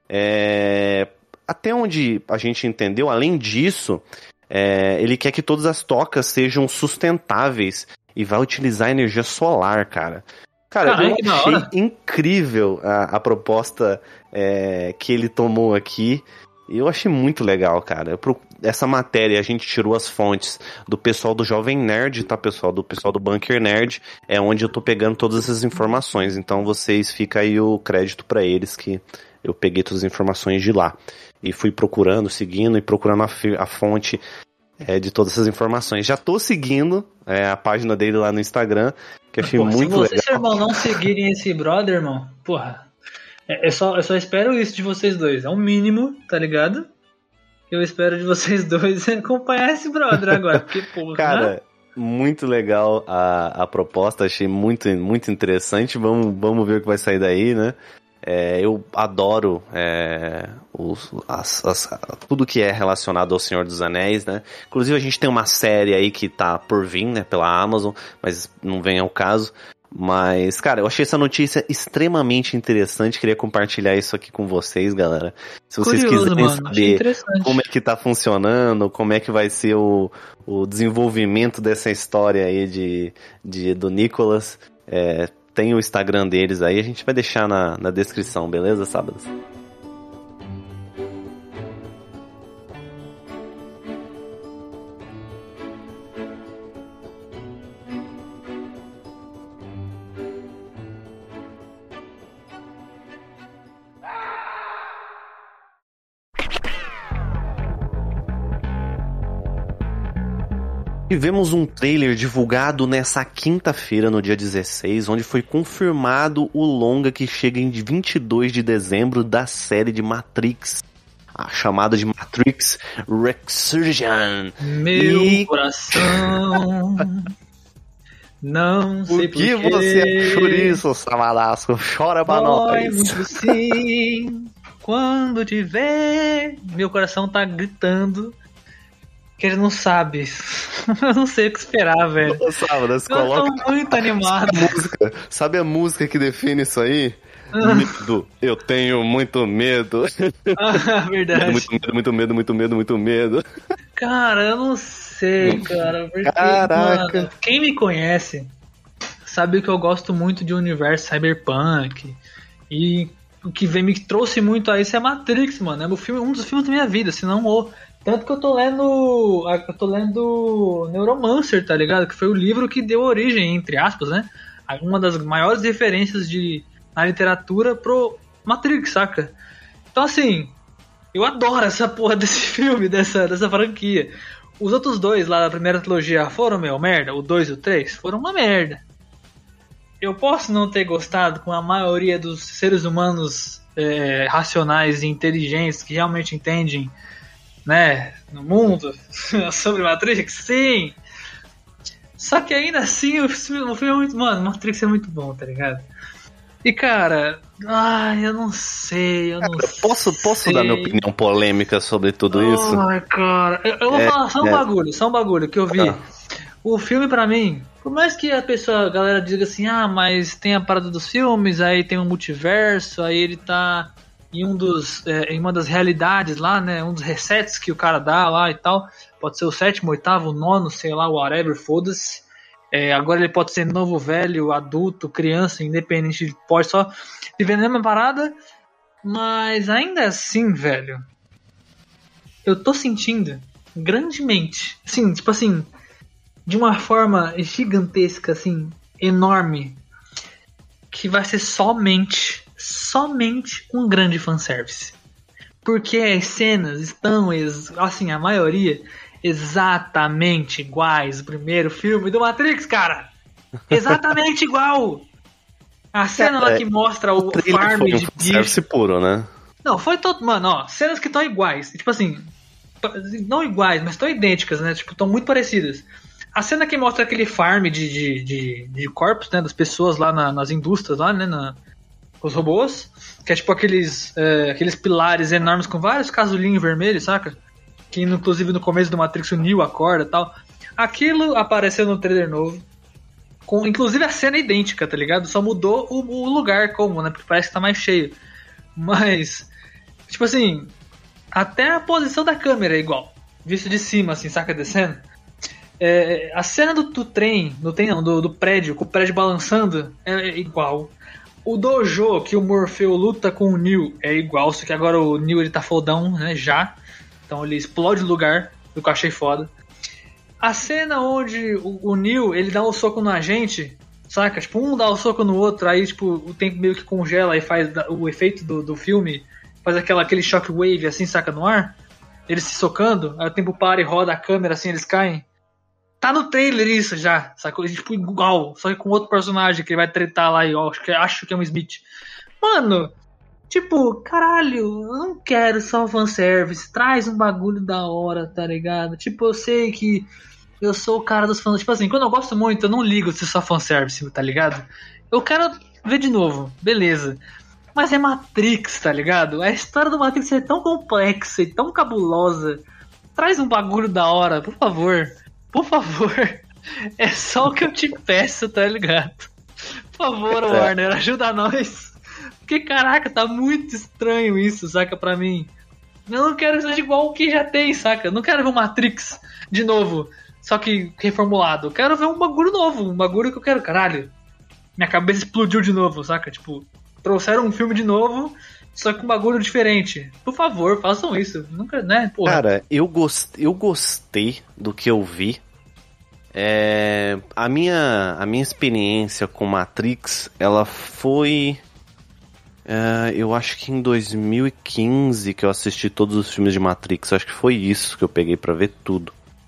É, até onde a gente entendeu, além disso, é, ele quer que todas as tocas sejam sustentáveis e vai utilizar energia solar, cara. Cara, Caralho, eu que da achei hora. incrível a, a proposta é, que ele tomou aqui. E eu achei muito legal, cara. Eu pro- Essa matéria, a gente tirou as fontes do pessoal do Jovem Nerd, tá, pessoal? Do pessoal do Bunker Nerd. É onde eu tô pegando todas essas informações. Então vocês, fica aí o crédito pra eles que eu peguei todas as informações de lá. E fui procurando, seguindo e procurando a, fi- a fonte é, de todas essas informações. Já tô seguindo é, a página dele lá no Instagram, que eu achei Porra, se muito você e legal. seu irmão não seguirem esse brother, irmão, porra, é, é só, eu só espero isso de vocês dois. É o mínimo, tá ligado? Eu espero de vocês dois acompanhar esse brother agora, porque, porra, Cara, muito legal a, a proposta, achei muito, muito interessante. Vamos, vamos ver o que vai sair daí, né? É, eu adoro é, os, as, as, tudo que é relacionado ao Senhor dos Anéis, né? Inclusive a gente tem uma série aí que tá por vir, né, pela Amazon, mas não vem ao caso. Mas, cara, eu achei essa notícia extremamente interessante, queria compartilhar isso aqui com vocês, galera. Se vocês curioso, quiserem mano, achei saber interessante. como é que tá funcionando, como é que vai ser o, o desenvolvimento dessa história aí de, de, do Nicholas, é, tem o Instagram deles aí, a gente vai deixar na, na descrição, beleza, sábados? Tivemos um trailer divulgado nessa quinta-feira, no dia dezesseis, onde foi confirmado o longa que chega em vinte e dois de dezembro da série de Matrix, a chamada de Matrix Resurrection. Meu E- coração, não sei Por que porquê. você achou isso, Samalasco? Chora pra Dói nós. muito sim, quando te vê. Meu coração tá gritando que ele não sabe. Eu não sei o que esperar, velho. Ô, Sábadas, Eu coloca tô muito animado. a música. Sabe a música que define isso aí? Medo. Eu tenho muito medo. Ah, verdade. Muito medo, muito medo, muito medo, muito medo. Cara, eu não sei, cara. Porque, Caraca. mano, quem me conhece sabe que eu gosto muito de universo cyberpunk. E o que vem, me trouxe muito a isso é Matrix, mano. É o filme, um dos filmes da minha vida, se não o. Tanto que eu tô lendo. Eu tô lendo Neuromancer, tá ligado? Que foi o livro que deu origem, entre aspas, né? A uma das maiores referências de, na literatura pro Matrix, saca? Então assim, eu adoro essa porra desse filme, dessa, dessa franquia. Os outros dois lá da primeira trilogia foram, meu, merda. O dois e o três foram uma merda. Eu posso não ter gostado com a maioria dos seres humanos é, racionais e inteligentes que realmente entendem, né, no mundo sobre Matrix, sim. Só que ainda assim o filme, o filme é muito, mano, Matrix é muito bom, tá ligado? E cara, ai, eu não sei, eu não Eu posso, posso sei. dar minha opinião polêmica sobre tudo isso? Ai, cara, eu, eu vou É, falar só um é. bagulho, só um bagulho que eu vi. Ah. O filme pra mim, por mais que a pessoa, a galera diga assim, ah, mas tem a parada dos filmes, aí tem um multiverso, aí ele tá em um dos, é, em uma das realidades lá, né, um dos resets que o cara dá lá e tal, pode ser o sétimo, oitavo, nono, sei lá, whatever, foda-se. É, agora ele pode ser novo, velho, adulto, criança, independente, ele pode só viver na mesma parada, mas ainda assim, velho, eu tô sentindo grandemente, assim, tipo assim, de uma forma gigantesca, assim, enorme, que vai ser somente, somente um grande fanservice. Porque as cenas estão, ex- assim, a maioria, exatamente iguais ao primeiro filme do Matrix, cara! Exatamente igual! A cena lá que mostra o, O trailer farm foi um de service bicho. puro, né? Não, foi todo. Mano, ó, cenas que estão iguais. Tipo assim, não iguais, mas estão idênticas, né? Tipo, estão muito parecidas. A cena que mostra aquele farm de, de, de, de corpos, né? Das pessoas lá na- nas indústrias, lá, né? Na, os robôs. Que é tipo aqueles, é, aqueles pilares enormes com vários casulinhos vermelhos, saca? Que inclusive no começo do Matrix o Neo acorda e tal. Aquilo apareceu no trailer novo. Com, inclusive a cena é idêntica, tá ligado? Só mudou o, o lugar como, né? Porque parece que tá mais cheio. Mas, tipo assim, até a posição da câmera é igual. Visto de cima, assim, saca, descendo. É, a cena do, do trem, do, trem não, do, do prédio, com o prédio balançando, é igual. O dojo que o Morfeu luta com o Neo é igual, só que agora o Neo ele tá fodão, né, já. Então ele explode o lugar, o que eu achei foda. A cena onde o, o Neo, ele dá um soco no agente, saca? Tipo, um dá o um soco no outro, aí tipo, o tempo meio que congela e faz o efeito do, do filme, faz aquela, aquele shockwave assim, saca, no ar. Eles se socando, aí o tempo para e roda a câmera assim, eles caem. Tá no trailer isso já, sacou? Tipo, igual, só que com outro personagem que ele vai tretar lá e ó, acho que, acho que é um Smith. Mano, tipo, caralho, eu não quero só fanservice, traz um bagulho da hora, tá ligado? Tipo, eu sei que eu sou o cara dos fãs, tipo assim, quando eu gosto muito, eu não ligo se é só fanservice, tá ligado? Eu quero ver de novo, beleza. Mas é Matrix, tá ligado? A história do Matrix é tão complexa e tão cabulosa. Traz um bagulho da hora, por favor. Por favor, é só o que eu te peço, tá ligado? Por favor, Warner, ajuda nós. Porque, caraca, tá muito estranho isso, saca, pra mim. Eu não quero que seja igual o que já tem, saca? Eu não quero ver o Matrix de novo, só que reformulado. Eu quero ver um bagulho novo, um bagulho que eu quero, caralho. Minha cabeça explodiu de novo, saca? Tipo, trouxeram um filme de novo, só com um bagulho diferente. Por favor, façam isso. Nunca, né? Porra. Cara, eu, gost... eu gostei do que eu vi. É... A, minha... a minha experiência com Matrix, ela foi... É... Eu acho que em dois mil e quinze que eu assisti todos os filmes de Matrix. Acho que foi isso que eu peguei pra ver tudo.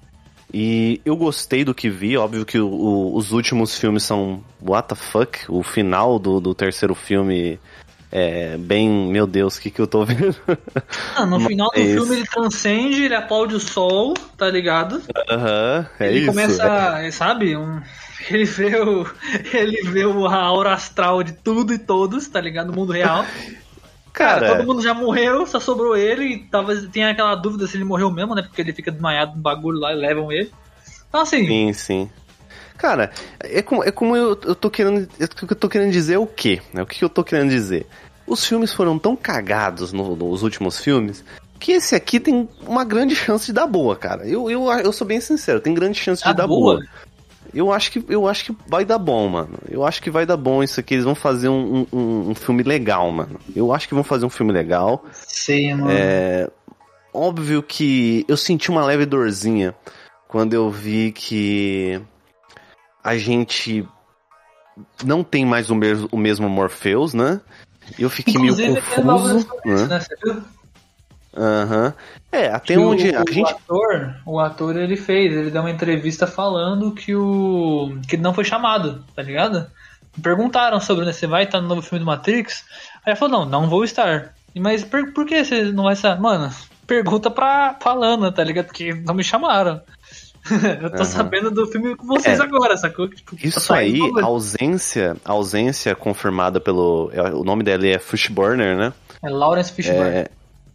E eu gostei do que vi. Óbvio que o, o, os últimos filmes são what the fuck. O final do, do terceiro filme... É, bem, meu Deus, o que que eu tô vendo? Ah, no Mas... final do filme ele transcende, ele aplaude o sol, tá ligado? Aham, uh-huh, é ele isso. Ele começa, sabe, um, ele vê o, ele vê a aura astral de tudo e todos, tá ligado? No mundo real. Cara, Cara, todo mundo já morreu, só sobrou ele e talvez tenha aquela dúvida se ele morreu mesmo, né? Porque ele fica desmaiado no bagulho lá e levam ele. Então assim... Sim, sim. Cara, é como, é como eu, eu tô querendo. Eu tô querendo dizer o quê? O que eu tô querendo dizer? Os filmes foram tão cagados no, nos últimos filmes que esse aqui tem uma grande chance de dar boa, cara. Eu, eu, eu sou bem sincero, tem grande chance de a dar boa. boa. Eu acho, que, eu acho que vai dar bom, mano. Eu acho que vai dar bom isso aqui. Eles vão fazer um, um, um filme legal, mano. Eu acho que vão fazer um filme legal. Sim, mano. É, óbvio que eu senti uma leve dorzinha quando eu vi que a gente não tem mais o mesmo, o mesmo Morpheus, né? Eu fiquei Inclusive, meio confuso. Né? Né? Você viu? Aham. Uhum. É, até que onde o, a gente... O ator, o ator, ele fez, ele deu uma entrevista falando que o... que ele não foi chamado, tá ligado? Perguntaram sobre, né, você vai estar no novo filme do Matrix? Aí ele falou, não, não vou estar. Mas por, por que você não vai estar? Mano, pergunta pra, pra Lana, tá ligado? Porque não me chamaram. Eu tô uhum. sabendo do filme com vocês é, agora, sacou? Tipo, isso aí, a ausência, a ausência confirmada pelo... O nome dele é Fishburne, né? É Lawrence Fishburne. É,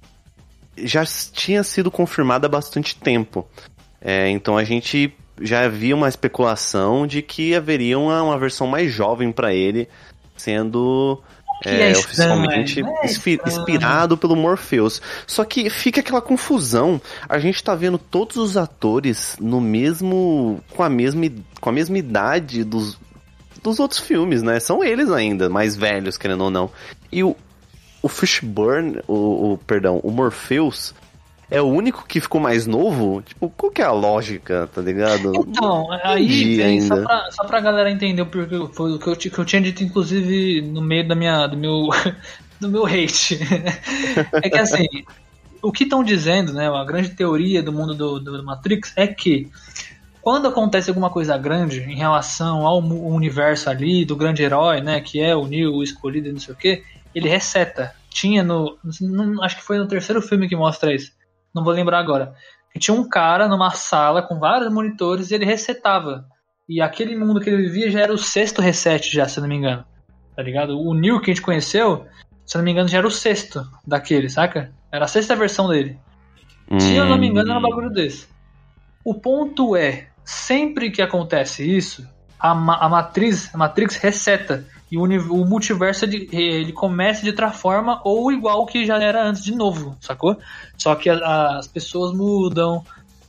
já tinha sido confirmada há bastante tempo. É, então a gente já havia uma especulação de que haveria uma, uma versão mais jovem pra ele, sendo... É, é oficialmente é inspirado pelo Morpheus. Só que fica aquela confusão. A gente tá vendo todos os atores no mesmo. com a mesma, com a mesma idade dos, dos outros filmes, né? São eles ainda, mais velhos, querendo ou não. E o, o Fishburne, o, o perdão, o Morpheus é o único que ficou mais novo? Tipo, qual que é a lógica, tá ligado? Então, aí, vem, só, pra, só pra galera entender porque foi o que eu, que eu tinha dito, inclusive, no meio da minha, do meu, do meu hate. É que assim, o que estão dizendo, né, a grande teoria do mundo do, do Matrix é que quando acontece alguma coisa grande em relação ao universo ali, do grande herói, né, que é o Neo, o escolhido e não sei o que, ele reseta. Tinha no, no... acho que foi no terceiro filme que mostra isso. Não vou lembrar agora. E tinha um cara numa sala com vários monitores e ele resetava. E aquele mundo que ele vivia já era o sexto reset já, se eu não me engano. Tá ligado? O Neo que a gente conheceu, se eu não me engano, já era o sexto daquele, saca? Era a sexta versão dele. Hum. Se eu não me engano, era um bagulho desse. O ponto é, sempre que acontece isso, a, ma- a matriz, a Matrix reseta. E o, o multiverso ele, ele começa de outra forma ou igual que já era antes de novo, sacou? Só que a, a, as pessoas mudam,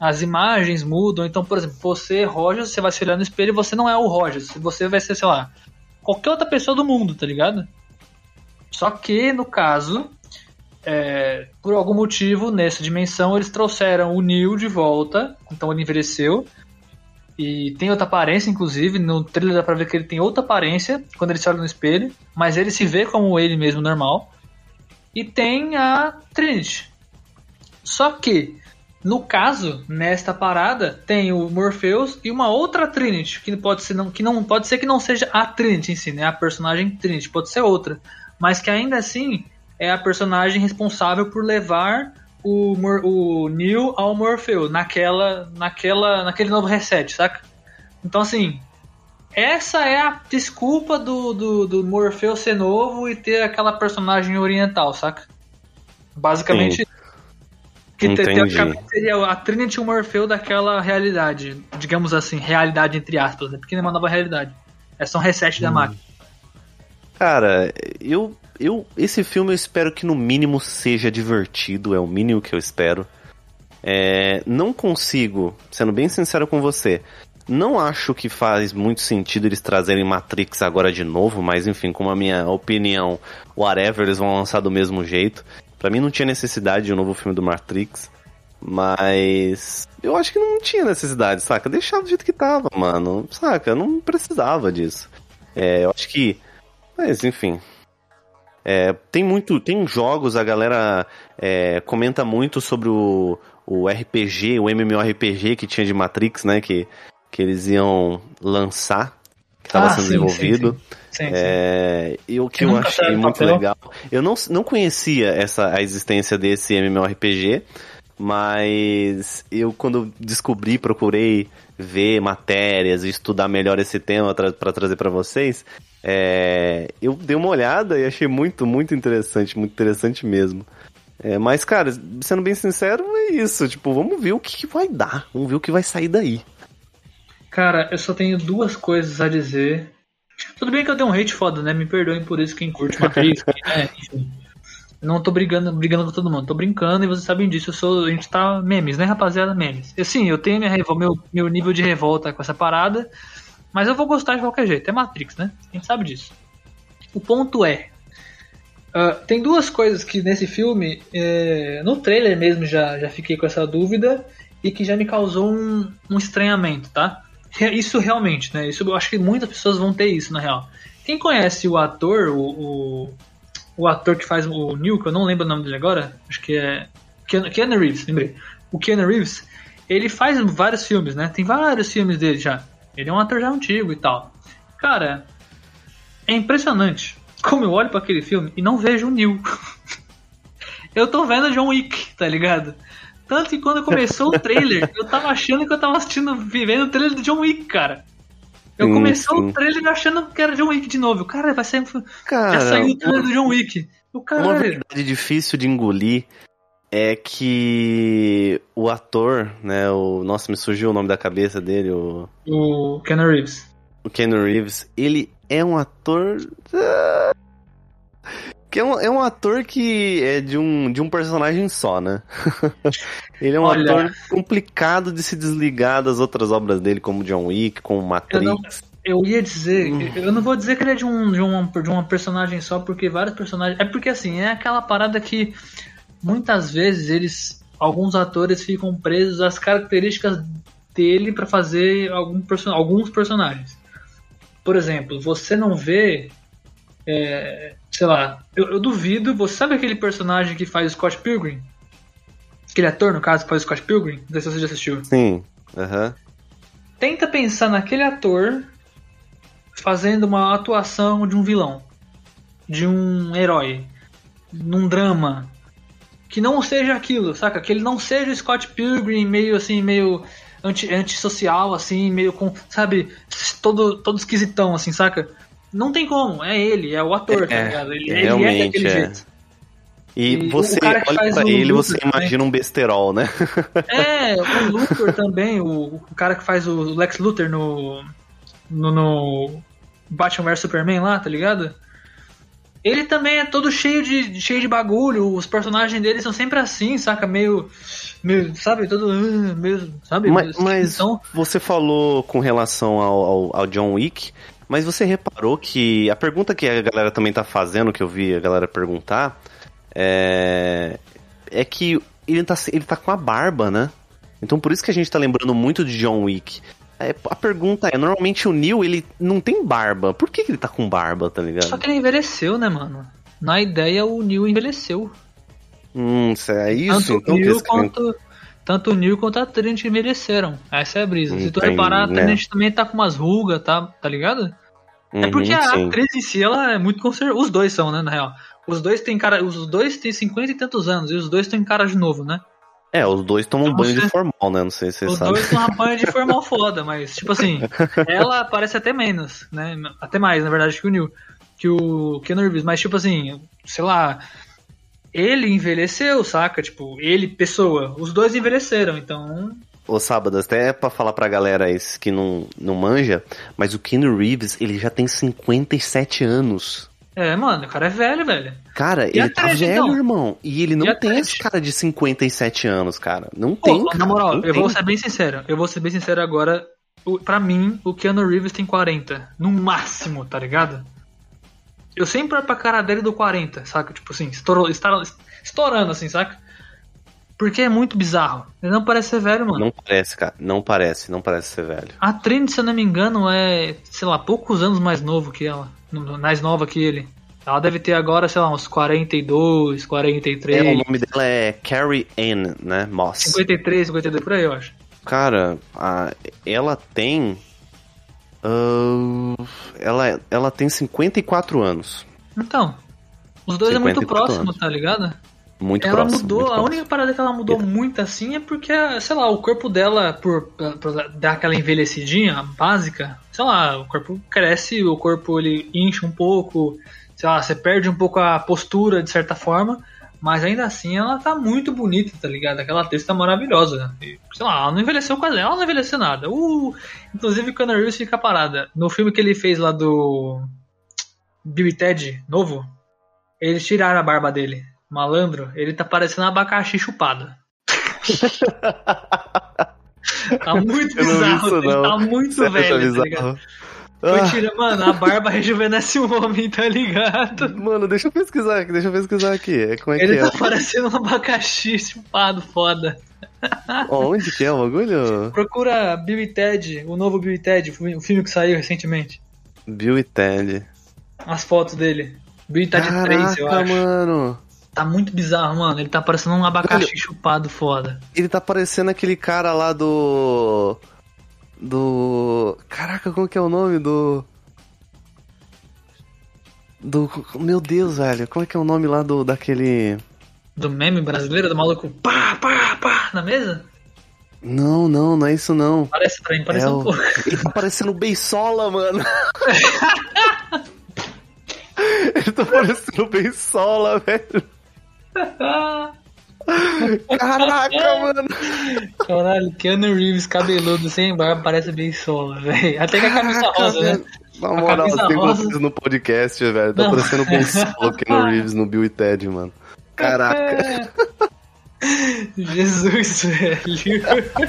as imagens mudam. Então, por exemplo, você, Rogers, você vai se olhar no espelho e você não é o Rogers. Você vai ser, sei lá, qualquer outra pessoa do mundo, tá ligado? Só que, no caso, é, por algum motivo, nessa dimensão, eles trouxeram o Neo de volta. Então ele envelheceu. E tem outra aparência, inclusive. No trailer dá pra ver que ele tem outra aparência quando ele se olha no espelho. Mas ele se vê como ele mesmo, normal. E tem a Trinity. Só que, no caso, nesta parada, tem o Morpheus e uma outra Trinity, que pode ser, não, que não, pode ser que não seja a Trinity em si, né? A personagem Trinity, pode ser outra. Mas que ainda assim é a personagem responsável por levar o, o Neo ao Morpheus, naquela, naquela, naquele novo reset, saca? Então, assim, essa é a desculpa do, do, do Morpheus ser novo e ter aquela personagem oriental, saca? Basicamente... Sim. Que Entendi. teoricamente seria a Trinity e o Morpheus daquela realidade. Digamos assim, realidade entre aspas, né? Porque não é uma nova realidade. É só um reset hum. da máquina. Cara, eu, eu. Esse filme eu espero que no mínimo seja divertido. É o mínimo que eu espero. É, não consigo, sendo bem sincero com você, não acho que faz muito sentido eles trazerem Matrix agora de novo. Mas enfim, como a minha opinião, whatever, eles vão lançar do mesmo jeito. Pra mim não tinha necessidade de um novo filme do Matrix, mas eu acho que não tinha necessidade, saca? Deixava do jeito que tava, mano, saca? Não precisava disso. É, eu acho que... Mas, enfim... É, tem muito... Tem jogos, a galera é, comenta muito sobre o, o R P G, o MMORPG que tinha de Matrix, né? Que, que eles iam lançar, que tava ah, sendo sim, desenvolvido. Sim, sim. Sim, é, sim. E o que eu achei muito papel. legal... Eu não, não conhecia essa, a existência desse MMORPG, mas eu, quando descobri, procurei ver matérias e estudar melhor esse tema tra- para trazer para vocês, é, eu dei uma olhada e achei muito, muito interessante, muito interessante mesmo. É, mas, cara, sendo bem sincero, é isso. Tipo, vamos ver o que, que vai dar, vamos ver o que vai sair daí. Cara, eu só tenho duas coisas a dizer. Tudo bem que eu tenho um hate foda, né? Me perdoem por isso, quem curte Matrix, né? Enfim. Não tô brigando, brigando com todo mundo, tô brincando e vocês sabem disso. Eu sou, a gente tá memes, né, rapaziada? Memes. E, sim, eu tenho minha revol- meu, meu nível de revolta com essa parada, mas eu vou gostar de qualquer jeito. É Matrix, né? A gente sabe disso. O ponto é: uh, tem duas coisas que nesse filme, é, no trailer mesmo já, já fiquei com essa dúvida e que já me causou um, um estranhamento, tá? Isso realmente, né? Isso eu acho que muitas pessoas vão ter isso, na real. Quem conhece o ator, o, o, o ator que faz o Neo, que eu não lembro o nome dele agora, acho que é Keanu, Keanu Reeves, lembrei. O Keanu Reeves, ele faz vários filmes, né? Tem vários filmes dele já. Ele é um ator já antigo e tal. Cara, é impressionante como eu olho pra aquele filme e não vejo o Neo. Eu tô vendo John Wick, tá ligado? Tanto que quando começou o trailer, eu tava achando que eu tava assistindo, vivendo o trailer do John Wick, cara. Eu sim, comecei sim. o trailer achando que era John Wick de novo. Cara, vai sair. Cara, já saiu o trailer do John Wick. O cara, uma verdade difícil de engolir é que o ator, né? O, nossa, me surgiu o nome da cabeça dele, o. O Keanu Reeves. O Keanu Reeves, ele é um ator. Que é um, é um ator que é de um, de um personagem só, né? Ele é um Olha, ator complicado de se desligar das outras obras dele, como John Wick, como Matrix. Eu, não, eu ia dizer, hum. eu não vou dizer que ele é de um, de, uma, de uma personagem só, porque vários personagens... É porque, assim, é aquela parada que muitas vezes eles, alguns atores ficam presos às características dele pra fazer algum person- alguns personagens. Por exemplo, você não vê... É, sei lá, eu, eu duvido. Você sabe aquele personagem que faz o Scott Pilgrim? Aquele ator, no caso, que faz o Scott Pilgrim? Não sei se você já assistiu. Sim, aham. Uh-huh. Tenta pensar naquele ator fazendo uma atuação de um vilão, de um herói, num drama, que não seja aquilo, saca? Que ele não seja o Scott Pilgrim meio assim, meio anti, antissocial, assim, meio com, sabe, todo, todo esquisitão, assim, saca? Não tem como, é ele, é o ator, é, tá ligado? Ele, ele é daquele é. jeito. E, e você olha pra ele e você também. Imagina um besterol, né? É, o Luthor também, o, o cara que faz o Lex Luthor no, no, no Batman versus Superman lá, tá ligado? Ele também é todo cheio de, cheio de bagulho, os personagens dele são sempre assim, saca? Meio, meio sabe, todo, uh, meio, sabe? Mas, meio, mas então, você falou com relação ao, ao, ao John Wick, mas você reparou que a pergunta que a galera também tá fazendo, que eu vi a galera perguntar, é, é que ele tá, ele tá com a barba, né? Então por isso que a gente tá lembrando muito de John Wick. É, a pergunta é, normalmente o Neo, ele não tem barba. Por que, que ele tá com barba, tá ligado? só que ele envelheceu, né, mano? Na ideia, o Neo envelheceu. Hum, é isso? Tanto Então o que Neo eles querem- quanto, tanto o Neo quanto a Trinity envelheceram. Essa é a brisa. Se tu Entendi, reparar, a né? Trinity também tá com umas rugas, tá, tá ligado? É Uhum, porque a sim. atriz em si, ela é muito conservadora. Os dois são, né, na real. Os dois têm cara. Os dois têm cinquenta e tantos anos, e os dois têm cara de novo, né? É, os dois tomam Então banho você- de formal, né? Não sei se você Os sabe. dois são uma banha de formal foda, mas, tipo assim, ela parece até menos, né? Até mais, na verdade, que o Neo. Que o Keanu Reeves. Mas, tipo assim, sei lá. Ele envelheceu, saca? Tipo, ele, pessoa. Os dois envelheceram, então. Ô, Sábado, até pra falar pra galera isso que não, não manja, mas o Keanu Reeves, ele já tem cinquenta e sete anos. É, mano, o cara é velho, velho. Cara, E a ele tá Trinity, velho, então? irmão. E ele E não a tem esse Trinity? cara de cinquenta e sete anos, cara. Não Pô, tem, na cara. moral, não eu tem. vou ser bem sincero. Eu vou ser bem sincero agora. O- Pra mim, o Keanu Reeves tem quarenta. No máximo, tá ligado? Eu sempre olho pra cara dele do quarenta, saca? Tipo assim, estourou, estourando, estourando assim, saca? Porque é muito bizarro. Ele não parece ser velho, mano. Não parece, cara. Não parece, não parece ser velho. A Trinity, se eu não me engano, é, sei lá, poucos anos mais novo que ela. n- Mais nova que ele. Ela deve ter agora, sei lá, uns quarenta e dois, quarenta e É, o três, nome dela é Carrie Ann, né? Moss. cinquenta e três, cinquenta e dois, por aí, eu acho. Cara, a- ela tem. ah, ela, ela tem cinquenta e quatro anos. Então, os dois é muito cinquenta e quatro próximo, anos. tá ligado? Muito Ela próximo. mudou, muito a próximo. única parada que ela mudou muito assim é porque, sei lá, o corpo dela, por, por dar aquela envelhecidinha básica, sei lá, o corpo cresce, o corpo ele incha um pouco, sei lá, você perde um pouco a postura de certa forma, mas ainda assim ela tá muito bonita, tá ligado? Aquela atriz tá maravilhosa. E, sei lá, ela não envelheceu quase, ela não envelheceu nada. Uh, inclusive o Keanu Reeves fica parada. No filme que ele fez lá do Bill e Ted novo, eles tiraram a barba dele. Malandro, ele tá parecendo um abacaxi chupado. Tá muito Eu não vi bizarro, isso, ele não. tá muito Sério, velho, tá bizarro. ligado? Foi Ah, tira, mano, a barba rejuvenesce o homem, tá ligado? mano, deixa eu pesquisar aqui, deixa eu pesquisar aqui. É, como é Ele que é? tá parecendo um abacaxi chupado, foda. Onde que é o bagulho? Procura Bill e Ted, o novo Bill e Ted, o filme que saiu recentemente. Bill e Ted. As fotos dele. Bill e Ted três, eu Caraca, acho. mano. Tá muito bizarro, mano. Ele tá parecendo um abacaxi chupado foda. Ele tá parecendo aquele cara lá do... Do... Caraca, como que é o nome do... Do... Meu Deus, velho. Como é que é o nome lá do... Daquele... Do meme brasileiro, do maluco pá, pá, pá, na mesa? Não, não, não é isso não. Parece pra mim, parece É um o- pouco. Ele tá parecendo o Beisola, mano. Ele tá parecendo o Beisola, velho. Caraca, mano. Caralho, Keanu Reeves cabeludo sem barba parece bem sola, velho. Até com a camisa Caraca, rosa, né? velho. Na A moral, camisa tem rosa. vocês no podcast, velho. Tá Não. parecendo o Beisola, o Keanu Reeves no Bill e Ted, mano. Caraca. Jesus, velho.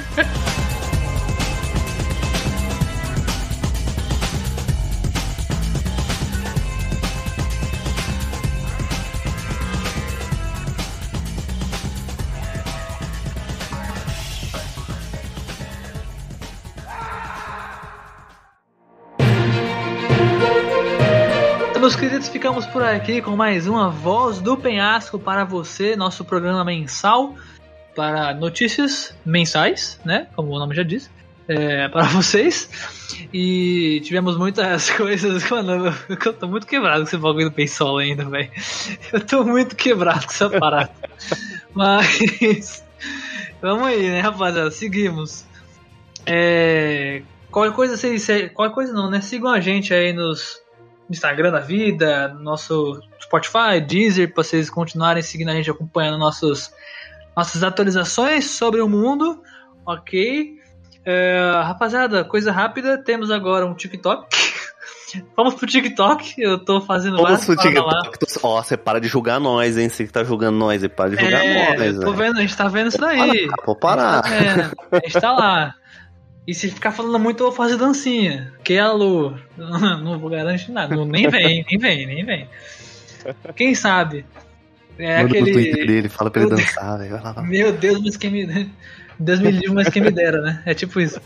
Meus queridos, ficamos por aqui com mais uma Voz do Penhasco para você, nosso programa mensal para notícias mensais, né? Como o nome já diz, é, para vocês. E tivemos muitas coisas, mano. Eu tô muito quebrado com esse bagulho do Pensol ainda, velho. Eu tô muito quebrado com essa parada. Mas vamos aí, né, rapaziada? Seguimos. É, qualquer coisa, vocês, qualquer coisa não, né? Sigam a gente aí nos Instagram da vida, nosso Spotify, Deezer, pra vocês continuarem seguindo a gente, acompanhando nossos, nossas atualizações sobre o mundo, ok? É, rapaziada, coisa rápida, temos agora um TikTok. Vamos pro TikTok, eu tô fazendo Vamos pro paradas lá. TikTok. Ó, você para de julgar nós, hein? Você que tá julgando nós, e para de julgar É, nós, tô velho. vendo, a gente tá vendo isso daí. Vou parar. A gente tá vendo, a gente tá lá. E se ficar falando muito, eu vou fazer dancinha. Que é a Lu. Não vou garantir nada. Não, nem vem, nem vem, nem vem. Quem sabe? É Manda aquele. pro Twitter dele, fala pra ele Meu dançar, velho. Vai lá, vai lá. Meu Deus, mas quem me. Deus me livre, mas quem me dera, né? É tipo isso.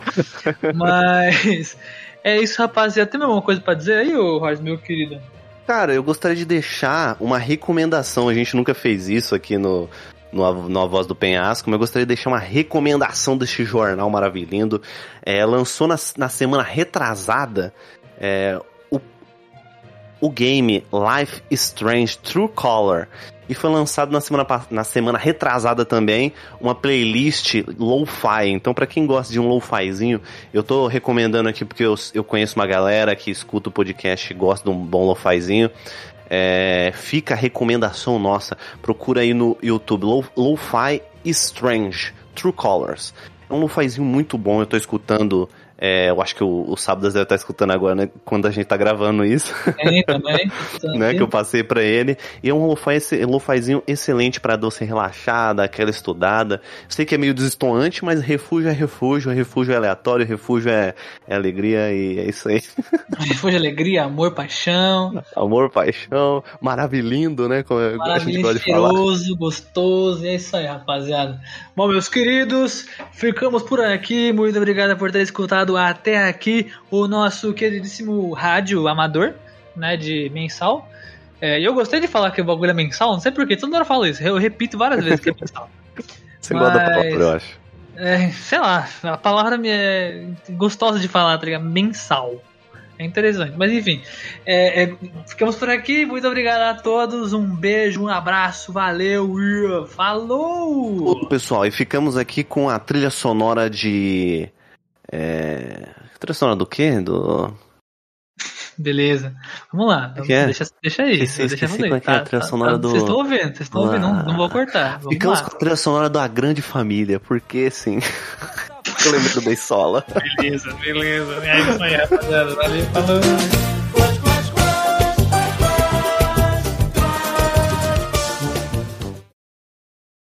Mas. É isso, rapaziada. Tem alguma coisa pra dizer aí, ô Roger, meu querido? Cara, eu gostaria de deixar uma recomendação. A gente nunca fez isso aqui no, no, no A Voz do Penhasco, mas eu gostaria de deixar uma recomendação deste jornal maravilhoso. É, lançou na, na semana retrasada é, o, o game Life is Strange True Color. E foi lançado na semana, na semana retrasada também uma playlist lo-fi. Então, pra quem gosta de um lo-fizinho, eu tô recomendando aqui porque eu, eu conheço uma galera que escuta o podcast e gosta de um bom lo-fizinho. É, fica a recomendação nossa. Procura aí no YouTube Lo, Lo-Fi Strange True Colors. É um lo-fizinho muito bom. Eu tô escutando. É, eu acho que o, o Sábadas deve estar escutando agora, né? Quando a gente tá gravando isso. Tem também. Né, que eu passei pra ele. E é um lo-fi, lo-fizinho excelente pra dar você relaxar, dar aquela estudada. Sei que é meio destoante, mas refúgio é refúgio, refúgio é aleatório, refúgio é, é alegria e é isso aí. Refúgio, alegria, amor, paixão. Amor, paixão, maravilhindo, né? Como a gente gosta de falar. Maravilhoso, gostoso. É isso aí, rapaziada. Bom, meus queridos, ficamos por aqui. Muito obrigado por ter escutado até aqui o nosso queridíssimo rádio amador, né, de mensal. É, e eu gostei de falar que o bagulho é mensal, não sei porquê, toda hora eu falo isso, eu repito várias vezes que é mensal. Você Mas, gosta da palavra, eu acho. É, sei lá, a palavra me é gostosa de falar, tá ligado? Mensal. É interessante, mas enfim, é, é, ficamos por aqui, muito obrigado a todos, um beijo, um abraço, valeu, falou! Ô, pessoal, e ficamos aqui com a trilha sonora de... É... Trilha sonora do quê? Do... Beleza, vamos lá, que é? deixa, deixa aí, Esqueci, deixa esqueci eu qual é que é a trilha sonora do... Vocês estão ouvindo, vocês estão ouvindo, não, não vou cortar, vamos ficamos lá. com a trilha sonora da Grande Família, porque sim, eu lembro do Beisola. Beleza, beleza, é isso aí, rapaziada, valeu, falou!